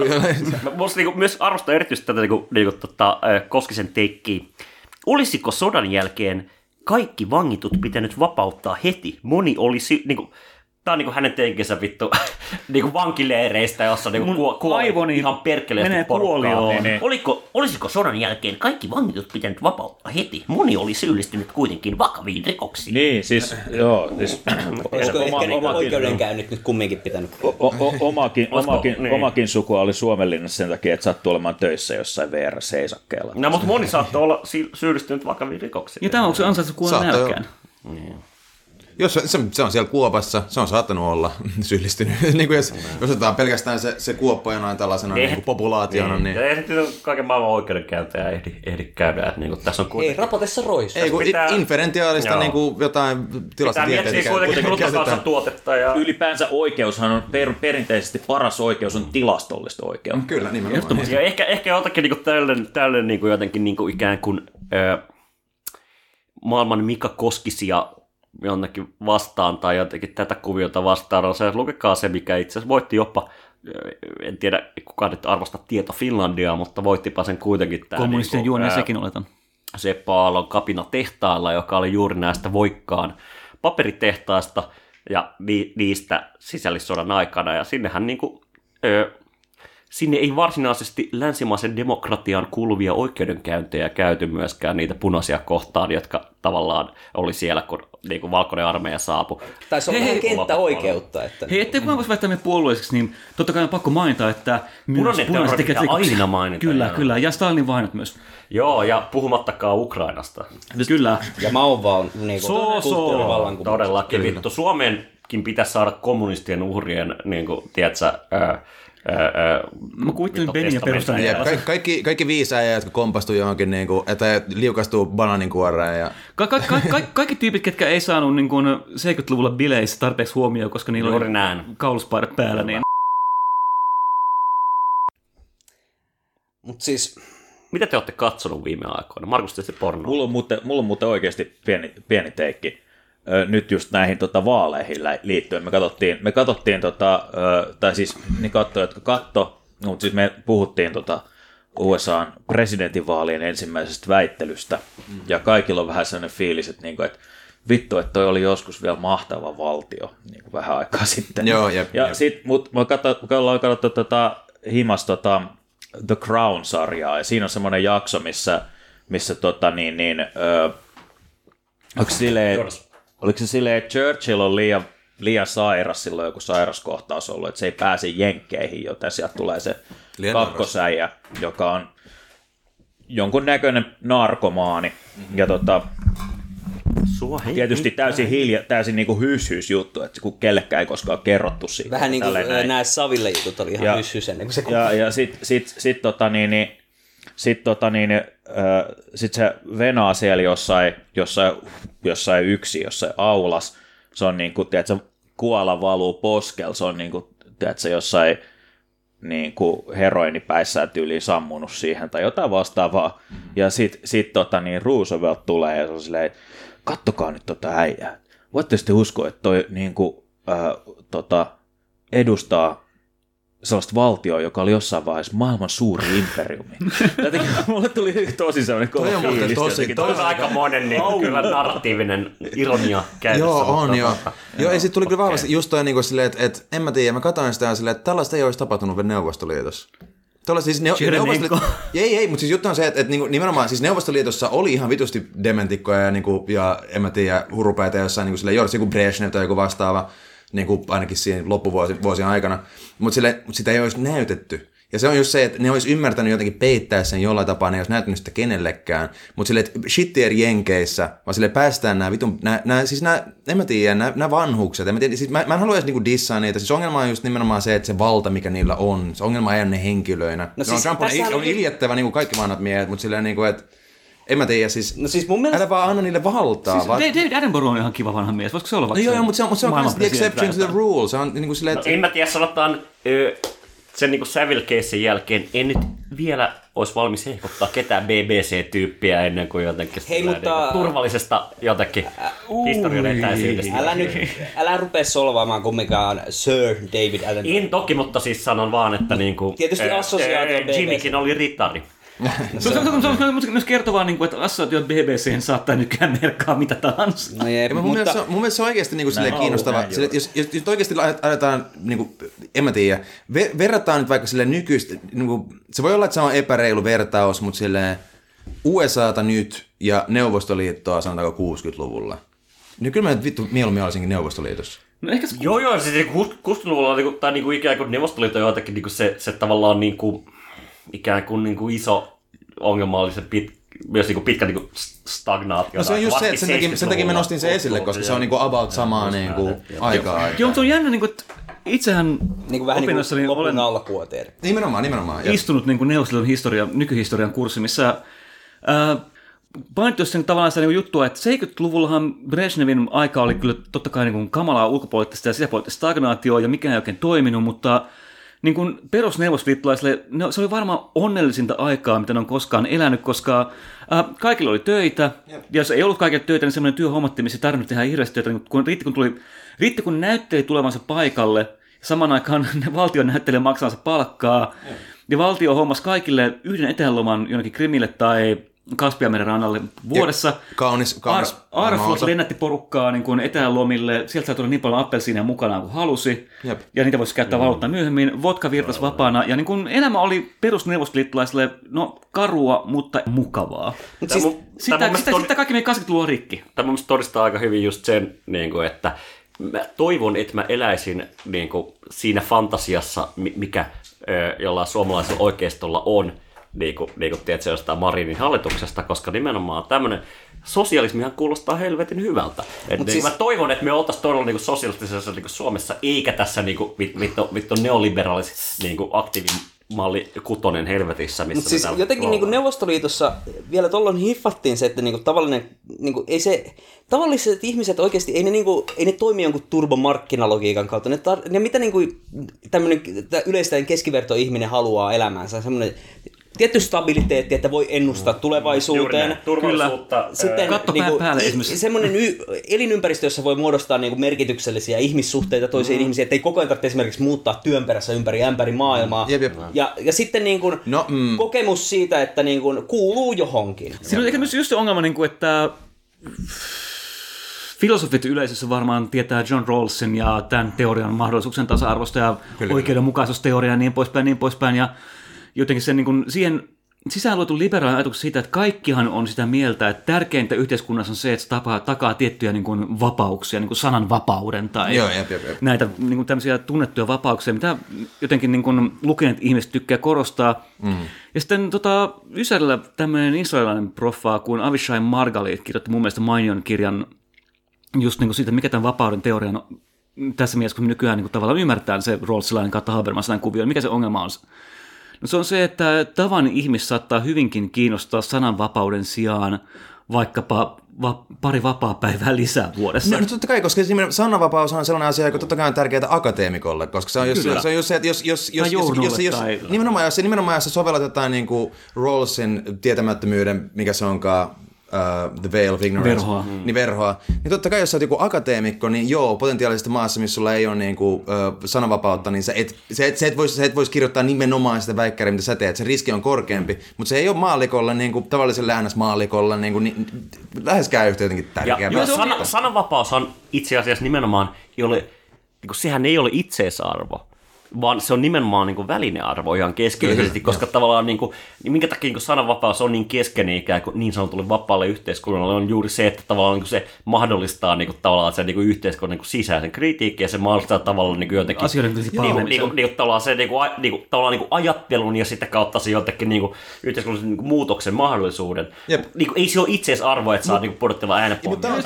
Voisi niinku myös arvostaa erityisesti tätä niinku, niinku, tota, Koskisen teikkiä. Olisiko sodan jälkeen kaikki vangitut pitänyt vapauttaa heti? Moni olisi, niinku, Tää on niinku hänen tenkensä vittu niinku vankileireistä, jossa niinku kuo, kuoli ihan perkeleesti porukkaa. Niin, niin. Oliko, olisiko sodan jälkeen kaikki vangitut pitänyt vapauttaa heti? Moni oli syyllistynyt kuitenkin vakaviin rikoksiin. Niin, siis joo. Siis, olisiko oma, ehkä niinku omakin, oikeudenkäynnit nyt kumminkin pitänyt? O, o, omakin, Olisiko, omakin, niin. omakin sukua oli Suomenlinnassa sen takia, että sattui olemaan töissä jossain V R-seisakkeella. No, mutta moni saattoi olla sy- syyllistynyt vakaviin rikoksiin. Ja tämä onko se ansaittu kuolla nälkään? Niin. Jos se, se on siellä kuopassa, se on saattanut olla syyllistynyt. niin kuin jos, jos otetaan pelkästään se, se kuoppa jonain tällaisena niin kuin populaationa. Niin. Ja ei sitten kaiken maailman oikeudenkäyntejä ehdi, ehdi käydä. Että niin tässä on kuitenkin... Ei rapatessa roissa. Ei, kun pitää- inferentiaalista niin kuin jotain Pitää tilastotieteitä. miettiä kuitenkin bruttokansantuotetta. Ja... Ylipäänsä oikeushan on per, perinteisesti paras oikeus on tilastollista oikeutta. Kyllä, nimenomaan. Ja ehkä, ehkä jotakin niin tällainen, tällainen niin jotenkin niin ikään kuin ö, maailman Mika Koskisia jonnekin vastaan tai jotenkin tätä kuviota vastaan on se, että lukekaa se, mikä itse asiassa voitti jopa, en tiedä kukaan nyt arvosta Tieto Finlandia, mutta voittipa sen kuitenkin tämä Kommunistien niin juonia sekin oletan. Seppo Aallon Kapina tehtaalla, joka oli juuri näistä Voikkaan paperitehtaista ja ni, niistä sisällissodan aikana ja sinnehän niin kuin, ö, sinne ei varsinaisesti länsimaisen demokratiaan kuuluvia oikeudenkäyntejä käyty myöskään niitä punaisia kohtaan, jotka tavallaan oli siellä, kun niin kuin valkoinen armeija saapui. Tai se on Hei, vähän hei, kenttäoikeutta. Että... Hei, ettei kukaan voisi väittää meidän puolueelliseksi, niin totta kai on pakko mainita, että myös Punainen terrori punaiset tekevät pitää rikoksia. aina mainita, Kyllä, joo. kyllä. Ja Stalinin vainot myös. Joo, ja puhumattakaan Ukrainasta. Kyllä. Ja Mao vaan niinku So, so. kulttuurivallankumous. Todellakin. Vittu, Suomeenkin pitäisi saada kommunistien uhrien, niin kuin, tiedätkö, ää, Mä kuvittelin Benin ja perustan. Ja ka- kaikki, kaikki viisi äijää, jotka kompastuu johonkin, niin kuin, että liukastuu banaaninkuoreen. Ja... Ka- ka- ka- ka- kaikki tyypit, ketkä ei saanut niin kuin seitsemänkymmentäluvulla bileissä tarpeeksi huomioon, koska niillä Juuri oli näin. kauluspaidat päällä, niin Mut siis... Mitä te olette katsonut viime aikoina? Markus, tietysti pornoa. Mulla on muuten, mulla on muuten oikeasti pieni, pieni teikki. Ö, nyt just näihin tota, vaaleihin lä- liittyen. Me katsottiin, me katsottiin tota, ö, tai siis niin katsoja, jotka katto, mutta siis me puhuttiin tota U S A:n presidentinvaalien ensimmäisestä väittelystä, mm. ja kaikilla on vähän sellainen fiilis, että, niinku, että vittu, että toi oli joskus vielä mahtava valtio, niin kuin vähän aikaa sitten. Joo, jep, ja jep. sit, mut me katso, ollaan katsottu tota, himas tota, The Crown-sarjaa, ja siinä on semmoinen jakso, missä, missä tota, niin, niin, ö, onko silleen, oliko se silleen, että Churchill on liian, liian sairas, silloin joku sairaskohtaus ollut, että se ei pääse jenkkeihin, joten sieltä tulee se Liian kakkosäijä, joka on jonkun näköinen narkomaani, mm-hmm. ja tota, Sua hei, tietysti hei, täysin hilja, täysin niinku hys-hys juttu, että kun kellekään ei koskaan kerrottu siitä. Vähän niin kuin Tälleen nämä Saville jutut oli ihan Ja- hyssys ennen kuin se... Ja, ja sit, sit, sit, tota, niin, niin, sit, tota, niin, äh, sit se venaa siellä jossain, jossain, jossain yksi, jossain aulas. Se on niin kuin, tiedätkö, kuola valuu poskella, se on niin kuin, tiedätkö, jossain niin kuin heroinipäissään tyyliin sammunut siihen tai jotain vastaavaa. Ja sit, sit tota, niin Roosevelt tulee ja se on silleen, kattokaa nyt tota äijää. Voitte sitten uskoa, että toi niin kuin, äh, tota, edustaa sellaista valtioa, joka oli jossain vaiheessa maailman suuri imperiumi. Jotenkin mulle tuli tosi sellainen kova Toi on muuten fiilis. tosi- jotenkin. toi on aika monen niin, kyllä narratiivinen ironia käytössä. Joo, on mutta- joo. Joo, ja sitten tuli kyllä vahvasti just toi niinku silleen, että et, en mä tiedä, mä katsoin sitä silleen, että tällaista ei olisi tapahtunut vielä Neuvostoliitossa. Tuolla siis ne, Tšernenko. ei, ei, mutta siis juttu on se, että, että niinku, nimenomaan siis Neuvostoliitossa oli ihan vitusti dementikkoja ja, niinku, ja en mä tiedä, hurupeita jossain niinku silleen, joku Brezhnev tai joku vastaava, niinku, ainakin siinä loppuvuosien aikana, mutta mut sitä ei olisi näytetty. Ja se on just se, että ne olisi ymmärtänyt jotenkin peittää sen jollain tapaa, ne ei olisi näyttänyt sitä kenellekään. Mutta silleen, että shittier jenkeissä, vaan silleen päästään nämä vitun, nää, nää, siis nämä, en mä tiedä, nämä, nämä vanhukset, en mä, tiedä, siis mä, mä en halua edes niinku dissaa niitä, siis ongelma on just nimenomaan se, että se valta, mikä niillä on, se ongelma ei ole ne henkilöinä. No siis on Trump on, tässähän on on- iljettävä niin kuin kaikki vanhat miehet, mutta silleen niin kuin, että en mä tiedä, siis, No siis mun mielestä... älä vaan anna niille valtaa. Siis vaan... David Attenborough on ihan kiva vanha mies. Voisiko se olla No vaikka joo, joo, mutta se on, mutta se on maailman the exception to the presidentti? rule. Se on niin kuin silleen, No, että... en mä tiedä, sanotaan ö, sen niin Savile-keissin jälkeen en nyt vielä olisi valmis hehkuttaa ketään B B C-tyyppiä ennen kuin jotenkin Hei, silleen mutta- niin turvallisesta jotenkin historian etäisyydestä. Älä nyt, älä rupea solvaamaan kumminkaan Sir David Attenborough. En toki, mutta siis sanon vaan, että niin kuin, Tietysti assosiaatio B B C. Jimmykin oli ritari. Se on, se on, se on, se on myös kertovaa, että assosiaatio B B C:hen saattaa nykyään merkkaa mitä tahansa. No jep, mun, mutta... mielestä se on, mun mielestä se on oikeasti niin kuin kiinnostavaa. Sille, jos, jos, jos oikeasti aletaan, niin kuin, en mä tiedä, ver, verrataan nyt vaikka sille nykyistä, niin kuin, se voi olla, että se on epäreilu vertaus, mutta silleen U S A:ta nyt ja Neuvostoliittoa sanotaanko kuusikymmentäluvulla. Niin kyllä mä nyt vittu mieluummin olisinkin Neuvostoliitossa. No ehkä se... Joo, joo, siis kuusikymmentäluvulla on niinku, tai niinku ikään kuin Neuvostoliitto on jotenkin niinku se, se tavallaan niinku, ikään kuin niinku iso ongelma oli se pit, myös niinku pitkä niinku stagnaatio. No se on just se, että sen takia, sen takia mä nostin sen esille, koska se on niinku about samaa niinku aikaa. Joo, se on jännä, niinku, että itsehän niinku vähän opinnossa niin olen alkuvuoteen. Nimenomaan, nimenomaan. Istunut niinku Neuvostoliiton historia, nykyhistorian kurssi, missä ää, painittu sen tavallaan sitä niin juttua, että seitsemänkymmentäluvullahan Brezhnevin aika oli kyllä totta kai niin kamalaa ulkopoliittista ja sisäpoliittista stagnaatioa ja mikään ei oikein toiminut, mutta niin kuin perusneuvostoliittolaisille se oli varmaan onnellisinta aikaa, mitä ne on koskaan elänyt, koska äh, kaikilla oli töitä, ja jos ei ollut kaikille töitä, niin semmoinen työ hommattiin, missä ei tarvinnut tehdä hirveästi töitä, niin kun, riitti, kun tuli, riitti kun näytteli tulevansa paikalle, ja saman aikaan valtio näyttelee maksansa palkkaa, ja, ja valtio hommasi kaikille yhden etäloman jonnekin Krimille tai Kaspianmeren rannalle vuodessa. Ja kaunis, kaunis. Ar- Aeroflot lennätti porukkaa niin kuin etälomille. Sieltä sai tulla niin paljon appelsiineja mukanaan kuin halusi. Jep. Ja niitä voisi käyttää valuuttaa myöhemmin. Vodka virtasi vapaana. Ja niin kuin elämä oli perusneuvostoliittolaisille no, karua, mutta mukavaa. Mut siis, mun, sitä, sitä, tod... sitä kaikki meidän kaksikymmentäluvun rikki. Tämä mun mielestä todistaa aika hyvin just sen, niin kuin, että mä toivon, että mä eläisin niin kuin, siinä fantasiassa, mikä jollain suomalaisella oikeistolla on. Niin kuin, niin kuin tiedät, se jostain Marinin hallituksesta, koska nimenomaan tämmöinen sosialismihan kuulostaa helvetin hyvältä. Et siis... Mä toivon, että me oltaisiin todella niin kuin sosialistisessa niin kuin Suomessa, eikä tässä niin kuin, vittu, vittu neoliberaalis niin kuin aktiivimalli kutonen helvetissä. Missä siis jotenkin niin kuin Neuvostoliitossa vielä tuolloin hiffattiin se, että niin kuin tavallinen, niin kuin, ei se, tavalliset ihmiset oikeasti, ei ne, niin kuin, ei ne toimi jonkun turbomarkkinalogiikan kautta. Ne, tar- ne mitä niin kuin, tämmöinen yleistäinen keskivertoihminen haluaa elämäänsä, semmoinen tietty stabiliteetti, että voi ennustaa tulevaisuuteen. Turvallisuutta. Sitten niinku, semmoinen y- elinympäristö, jossa voi muodostaa niinku merkityksellisiä ihmissuhteita toisiin mm. ihmisiin, ettei koko ajan tarvitse esimerkiksi muuttaa työn perässä ympäri ämpäri maailmaa. Mm. Jep, jep. Ja, ja sitten niinku no, mm. kokemus siitä, että niinku kuuluu johonkin. Siinä on ehkä myös just se ongelma, että filosofit yleisössä varmaan tietää John Rawlsin ja tämän teorian mahdollisuuksien tasa-arvosta ja Kyllä. oikeudenmukaisuusteoriaa ja niin poispäin, niin poispäin. Ja jotenkin sen, niin kuin, siihen sisään luotu liberaali ajatus siitä, että kaikkihan on sitä mieltä, että tärkeintä yhteiskunnassa on se, että se takaa, takaa tiettyjä niin kuin, vapauksia, niin kuin sananvapauden tai Joo, jep, jep, jep. näitä niin kuin, tämmöisiä tunnettuja vapauksia, mitä jotenkin niin kuin, lukeneet ihmiset tykkää korostaa. Mm. Ja sitten tota, Ysärillä tämmöinen israelilainen proffa kuin Avishai Margalit kirjoitti mun mielestä mainion kirjan just niin kuin siitä, mikä tämän vapauden teorian on tässä mielessä, kun me nykyään niin kuin, tavallaan ymmärretään se Rawlsilainen kautta Habermasilainen kuvio, mikä se ongelma on. No se on se, että tavan ihmis saattaa hyvinkin kiinnostaa sananvapauden sijaan vaikkapa va- pari vapaapäivää lisää vuodessa. No, no totta kai, koska sananvapaus on sellainen asia, joka totta kai on tärkeää akateemikolle, koska se on just se, on just se että jos, jos, jos, jos, jos, jos tai... nimenomaan, jos, nimenomaan jos se sovelletaan niin kuin Rawlsin tietämättömyyden, mikä se onkaan, Uh, the veil of ignorance, verhoa. Mm. Niin verhoa. Niin totta kai, jos sä oot joku akateemikko, niin joo, potentiaalisesti maassa, missä sulla ei ole niin kuin, uh, sananvapautta, niin sä et, sä et, sä et voisi vois kirjoittaa nimenomaan sitä väikkäriä, mitä sä teet. Se riski on korkeampi, mutta se ei ole maallikolla, niin kuin, tavalliselle äännäsmaallikolla, niin kuin, niin, läheskään yhtä jotenkin tärkeää. Ja, ja sana, sananvapaushan itse asiassa nimenomaan, ei ole, niin kuin, sehän ei ole itseisarvo, vaan se on nimenomaan niin kuin välinearvo ihan keskeisesti, koska tavallaan niin kuin, niin minkä takia niin kuin sananvapaus on niin keskeinen ikään kuin niin sanotulle vapaalle yhteiskunnalle on juuri se, että tavallaan niin kuin se mahdollistaa niin kuin, tavallaan sen niin kuin yhteiskunnan niin kuin sisäisen kritiikin ja se mahdollistaa tavallaan niin kuin jotenkin asioiden niin kuin, niin kuin, niin kuin, tavallaan se niin kuin, niin kuin, tavallaan niin kuin ajattelun ja sitä kautta se jotenkin niin kuin, yhteiskunnallisen niin kuin muutoksen mahdollisuuden. Niin kuin, ei se ole itseisarvo, että saa niin kuin pudottavaa äänepohjaa.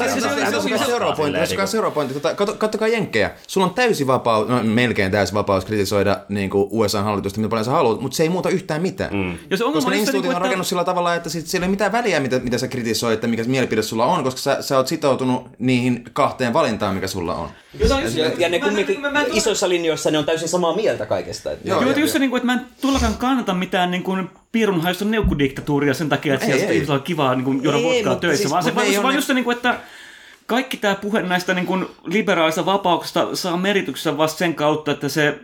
Se on seuraava pointti. Katsokaa jenkkejä. Sulla on täysi vapaus, no melkein täysi vapaus kritisoida niin kuin U S A-hallitusta, mitä paljon sä haluat, mutta se ei muuta yhtään mitään. Mm. Koska ne instituutit on rakennut sillä tavalla, että sit siellä ei ole mitään väliä, mitä, mitä sä kritisoit, että mikä mielipide sulla on, koska sä, sä oot sitoutunut niihin kahteen valintaan, mikä sulla on. Ja, ja, ja ne kumminkin isoissa linjoissa ne on täysin samaa mieltä kaikesta. Että joo, joo, just se, että mä en tullakaan kannata mitään niin kuin piirunhaista neukkudiktatuuria sen takia, että ei, siellä on kivaa niin juoda vodkaa töissä, siis, vaan se vaan, vaan just se, että kaikki tämä puhe näistä niin kuin liberaalista vapauksista saa merkityksessä vasta sen kautta, että se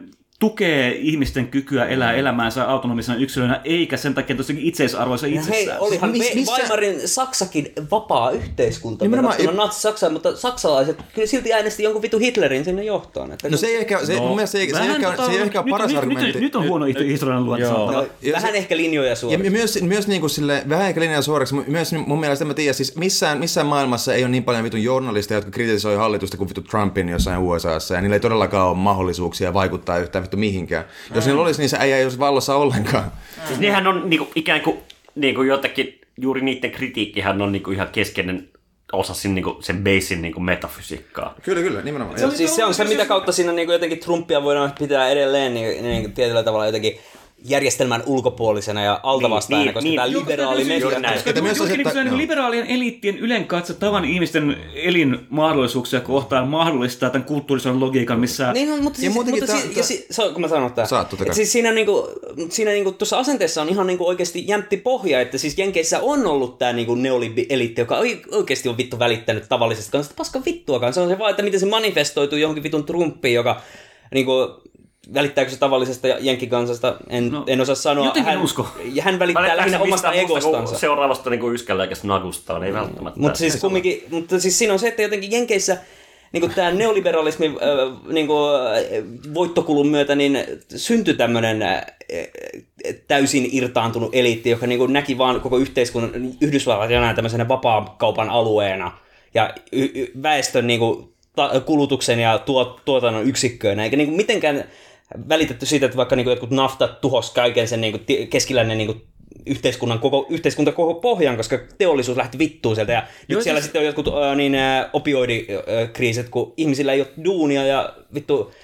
tukee ihmisten kykyä elää elämäänsä autonomisena yksilönä, eikä sen takia tosiaan itseisarvoisa itsessään. Hei, olihan Mis- missä- Weimarin Saksakin vapaa yhteiskunta Nimenomaan- verrattuna natsi-Saksaan, mutta saksalaiset kyllä silti äänesti jonkun vitu Hitlerin sinne johtoon. Että No se ei ehkä, se, No, mun mielestä se, ei- se, ei vähän ehkä, tota- se ei ehkä ole nyt- paras nyt, argumentti. Nyt, nyt on huono historian luonne sanottava. no, Ja vähän se- ehkä linjoja Ja suoraan. myös, myös niin kuin sille, vähän eikä linjaa suoraksi, myös mun mielestä, en mä tiedä, siis missään, missään maailmassa ei ole niin paljon vitun journalisteja, jotka kritisoi hallitusta kuin vittu Trumpin jossain U S A:ssa, ja niillä ei todellakaan ole mahdollisuuksia vaikuttaa yhtään vittu mihinkään. Jos niillä olisi, niin se äijä ei olisi vallassa ollenkaan. Siis nehän on niinku, ikään kuin niinku jotakin, juuri niiden kritiikkihän on niinku ihan keskeinen osa sen, niinku, sen basin niinku metafysiikkaa. Kyllä, kyllä, nimenomaan. Se, siis se on se, mitä kautta siinä niin jotenkin Trumpia voidaan pitää edelleen niin, niin tietyllä tavalla jotenkin järjestelmän ulkopuolisena ja altavastaajana, Niin, koska niin, tämä niin. liberaali media... Juuri näin. Koska Että myös juuri se, että- niin joo. liberaalien eliittien ylenkatse tavan ihmisten elinmahdollisuuksia kohtaan mahdollistaa tämän kulttuurisen logiikan, missä... Niin, no, mutta, siis, muutenkin mutta tää- siis, tää- ja si, so, kun mä sanon tämän, Saat, totta kai. että siis siinä, niinku, siinä niinku, tuossa asenteessa on ihan niinku oikeasti jämpti pohja, että siis Jenkeissä on ollut tämä niinku neolibi-eliitti, joka oikeasti on vittu välittänyt tavallisesta kansasta paskan vittuakaan. Se on se vaan, että miten se manifestoituu johonkin vitun Trumpiin, joka niinku, välittääkö se tavallisesta jenkkikansasta, en, No, en osaa sanoa. jotenkin hän, usko. Ja hän välittää Välittääkö lähinnä se omasta mistään muusta kuin egostansa. seuraavasta niinku yskäläkästä nagustaan, ei välttämättä. Mutta siis kumminkin, mutta siis siinä on se, että jotenkin Jenkeissä niin tämä neoliberalismin äh, niin voittokulun myötä niin syntyi tämmöinen äh, täysin irtaantunut eliitti, joka niin näki vaan koko yhteiskunnan Yhdysvallat jonain tämmöisenä vapaakaupan alueena ja y- y- väestön niin kuin, ta- kulutuksen ja tuot- tuotannon yksikköönä, eikä niin kuin mitenkään välitetty siitä, että vaikka niin kuin jotkut naftat tuhos kaiken sen niin kuin lännen niin yhteiskunnan koko, yhteiskunta koko pohjan, koska teollisuus lähti vittuun sieltä. Ja Joo, nyt siellä siis... sitten on jotkut äh, niin, äh, opioidikriisit, kun ihmisillä ei ole duunia ja vittu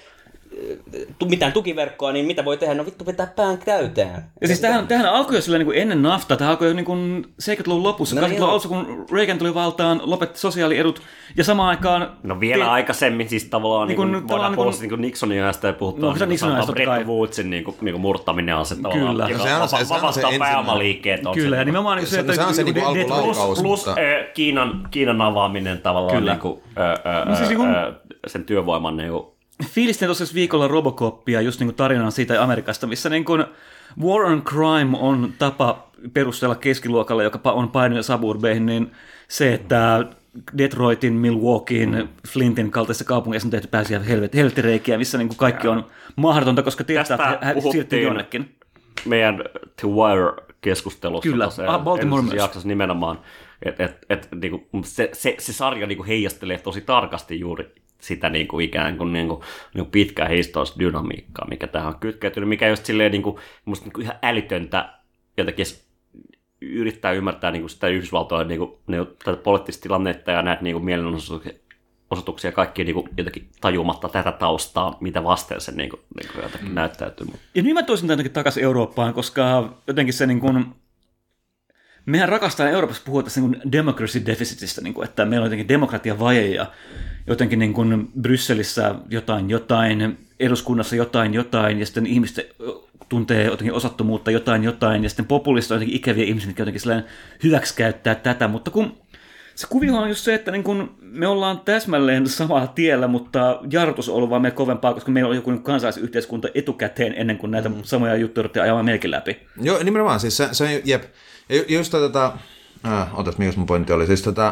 äh, mitään tukiverkkoa, niin mitä voi tehdä? No vittu vetää pään täyteen. Ja siis tämähän, tämähän alkoi jo niin kuin ennen naftaa, tämä alkoi jo niin kuin seitsemänkymmentäluvun lopussa, No, kahdeksankymmentäluvun joo. alussa, kun Reagan tuli valtaan, lopetti sosiaaliedut, ja samaan aikaan... No vielä te- aikaisemmin siis tavallaan Niin niin kun- voidaan tavallaan puhua niin kun- niin Nixonin ajasta ja puhutaan No, se Nixonin ajasta totta kai. Bretton Woodsin niin kuin, niin kuin murtaminen on se tavallaan, Kyllä. joka No, sehän on se- vapa- sehän on se vapastaa ensimmäinen. pääomaliikkeet. On Kyllä, se, ja nimenomaan niin se, Se- että... se on se niinku Detroit- alkulaukaus. plus mutta- äh, Kiinan, Kiinan avaaminen tavallaan Kyllä. niin kuin, äh, äh, No siis niin kuin- äh, sen työvoiman niin kuin, Fiilistin tosiaan viikolla Robocopia, just niin kuin tarinan siitä Amerikasta, missä niin kuin war on crime on tapa perustella keskiluokalle, joka on painunut suburbeihin, niin se, että Detroitin, Milwaukeein, Flintin kaltaisissa kaupungeissa on tehty pääsiä helvet, helvettireikiä, missä niin kuin kaikki on mahdotonta, koska tietää, Tästä että hän siirtyy puhuttiin jonnekin. meidän The Wire-keskustelussa. Kyllä. tuossa Ah, Baltimore edellisessä myös. jaksossa nimenomaan. Et, et, et, niinku, se, se, se sarja niinku heijastelee tosi tarkasti juuri sitä niinku, ikään kuin niinku, niinku pitkää historiallista dynamiikkaa, mikä tähän on kytkeytynyt, mikä just silleen niinku, musta niinku ihan älytöntä jotenkin yrittää ymmärtää niinku sitä Yhdysvaltojen niinku, niinku, tätä poliittista tilannetta ja näitä niinku, mielenosoituksia osoituksia kaikki niinku, jotenkin tajumatta tätä taustaa, mitä vasten se niinku, niinku, jotenkin mm. näyttäytyy. Ja nyt mä toisin tämän jotenkin takaisin Eurooppaan, koska jotenkin se niin kuin, mehän rakastaa Euroopassa puhua tästä niin kuin democracy deficitistä, niin kuin, että meillä on jotenkin demokratiavaje ja jotenkin niin kuin Brysselissä jotain jotain, eduskunnassa jotain jotain ja sitten ihmiset tuntee jotenkin osattomuutta jotain jotain ja sitten populista on jotenkin ikäviä ihmisiä, jotka jotenkin hyväksikäyttää tätä, mutta kun se kuvio on just se, että niin kun me ollaan täsmälleen samalla tiellä, mutta jarrutus on ollut vaan meidän kovempaa, koska meillä on joku kansalaisyhteiskunta etukäteen ennen kuin näitä samoja juttuja yritetään ajamaan melkein läpi. Joo, nimenomaan. Siis se, se on, jep. Ja ju- just tota, äh, otas, mikä mun pointti oli? Siis tota,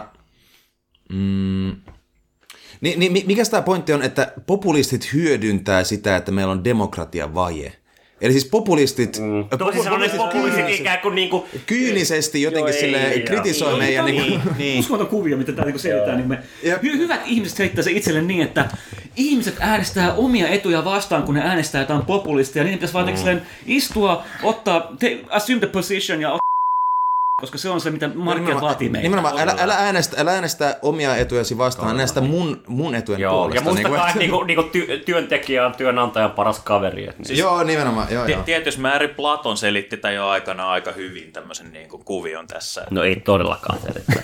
mm, niin, niin, mikä tämä pointti on, että populistit hyödyntää sitä, että meillä on demokratiavaje? Eli siis populistit, mm. Toisin sanoen populistit ikään kuin niinku... kyynisesti jotenkin Joo, silleen ei, kritisoi joo. meidän... Niin, Niin, niin. Uskomaton kuvio, mitä tämä niin selittää. Niin me, Jep. hy- hyvät ihmiset selittää se itselle niin, että ihmiset äänestää omia etuja vastaan, kun ne äänestää jotain populistia. Niin pitäisi vaan mm. istua, ottaa, te, assume the position ja ottaa, koska se on se, mitä markkinat vaatii meitä. Nimenomaan, älä, älä, äänestä, älä äänestä omia etujasi vastaan, äänestä mun, mun etujen Joo, puolesta. ja muistakaa, niin että niinku, niinku ty, työntekijä on työnantajan paras kaveri. Et niin. Joo, nimenomaan. Joo, joo. Tietysti määrin Platon selitti tämän jo aikana aika hyvin tämmöisen niin kuin kuvion tässä. No ei todellakaan selittää.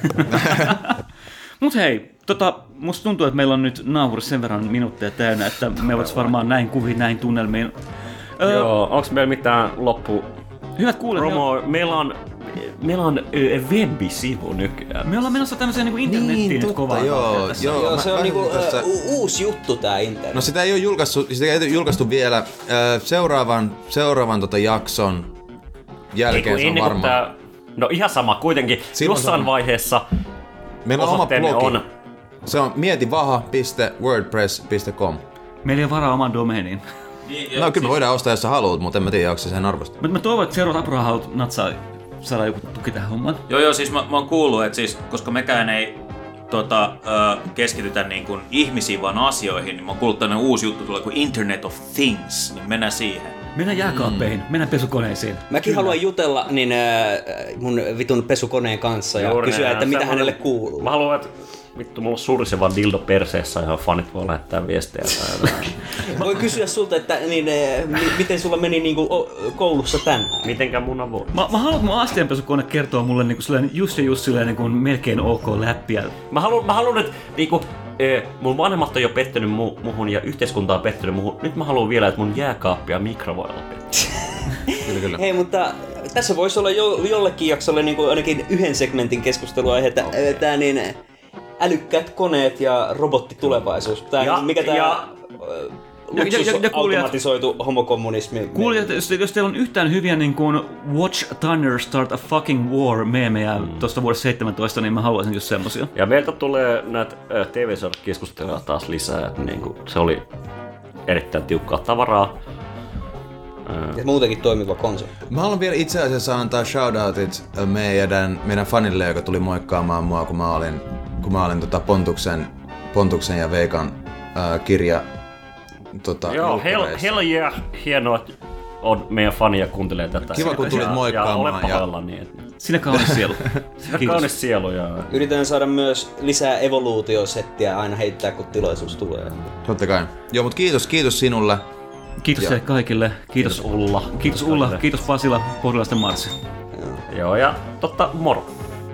Mut hei, tota, musta tuntuu, että meillä on nyt naapurissa sen verran minuutteja täynnä, että me voitaisiin varmaan näin kuviin, näin tunnelmiin. Öö, Joo, onko meillä mitään loppu Hyvät kuulijat, promo? Meillä on meillä on ö, web-sivu nykyään. Me ollaan menossa tämmöiseen niinku internettiin Niin, nyt totta, kovaa. joo, tässä. joo. Joo, mä- se mä on niinku tässä- ö, u- uusi juttu tää internet. No sitä ei ole julkaistu, sitä ei ole julkaistu vielä. Ö, Seuraavan, seuraavan tota jakson jälkeen se on Ennen kuin varmaan. tää, no ihan sama kuitenkin. Silloin Jossain se on- vaiheessa Meillä on oma osoitteemme blogi. on. Se on mietivaha piste wordpress piste com. Meillä ei ole varaa oman domeeniin. Niin, No kyllä me voidaan ostaa, jos sä haluat, mutta en mä tiedä, onko se sen arvosta. Mutta mä toivon, että seuraavat apuraha haluat natsaa saada joku tuki tähän hommaan. Joo, joo, siis mä, mä oon kuullut, että siis, koska mekään ei tota, ö, keskitytä niin kuin ihmisiin vaan asioihin, niin mä oon kuullut tämmönen uusi juttu tulee kuin Internet of Things, niin mennään siihen. Mennään jääkaappeihin, mm. mennään pesukoneisiin. Mäkin Kyllä. haluan jutella niin äh, mun vitun pesukoneen kanssa ja Juuri kysyä, näin. että mitä Semmoinen- hänelle kuuluu. Mä haluan, että vittu, mulla on suriseva dildo perseessä, johon fanit voi lähettää viestejä. Tai jotain. Voin kysyä sulta, että niin, äh, mi- miten sulla meni niin kuin, o, koulussa tänään? Mitenkä mun on voi? Mä, mä haluan, että mun astianpesukone kertoo mulle niinku sellainen just ja just silleen niinku melkein ok läppiä. Mä haluan, mä haluan että niinku, e, mun vanhemmat on jo pettynyt mu, muhun ja yhteiskunta on pettynyt muhun. Nyt mä haluan vielä, että mun jääkaappi ja mikro voi olla pettynyt. Kyllä, kyllä. Hei, mutta tässä voisi olla jo, jollekin jaksolle niin kuin ainakin yhden segmentin keskusteluaihe, että okay. Tää niin älykkäät koneet ja robottitulevaisuus. Tää, Ja- mikä tää ja- Ja- ja- ja- ja kuulijat- automatisoitu homokommunismi. Kuulijat, jos, jos teillä on yhtään hyviä niin kuin Watch Thunder Start a Fucking War meemejä mm. tuosta vuodesta seitsemäntoista, niin mä haluaisin just semmosia. Ja meiltä tulee näitä T V-sarjakeskusteluja taas lisää. Että niinku, se oli erittäin tiukkaa tavaraa. Ja muutenkin toimiva konsepti. Mä haluan vielä itse asiassa antaa shoutoutit meidän, meidän fanille, joka tuli moikkaamaan mua, kun mä olin, kun mä olin tota Pontuksen, Pontuksen ja Veikan ää, kirja tota, Joo, hell, julkkareissa. hell yeah. Hienoa, että on meidän fani ja kuuntelee tätä. Kiva, kun tulit ja, moikkaamaan. Ja ole pahoilla niin. Että... Sinä kaunis sielu. Siinä kaunis sielu ja... Yritän saada myös lisää evoluutiosettiä aina heittää, kun tilaisuus tulee. Totta kai. Joo, mutta kiitos, kiitos sinulle. Kiitos Joo. teille kaikille. Kiitos, Kiitos Ulla. Kiitos Ulla. Kiitos Pasila. Pohjalaisten marssi. Joo, ja totta, moro.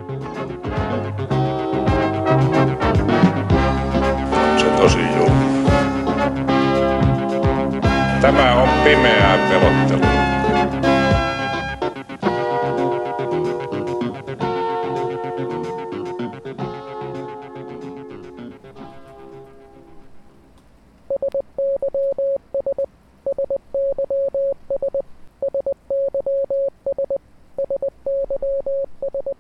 Se tosi julma. Tämä on pimeää pelottelua. Thank you.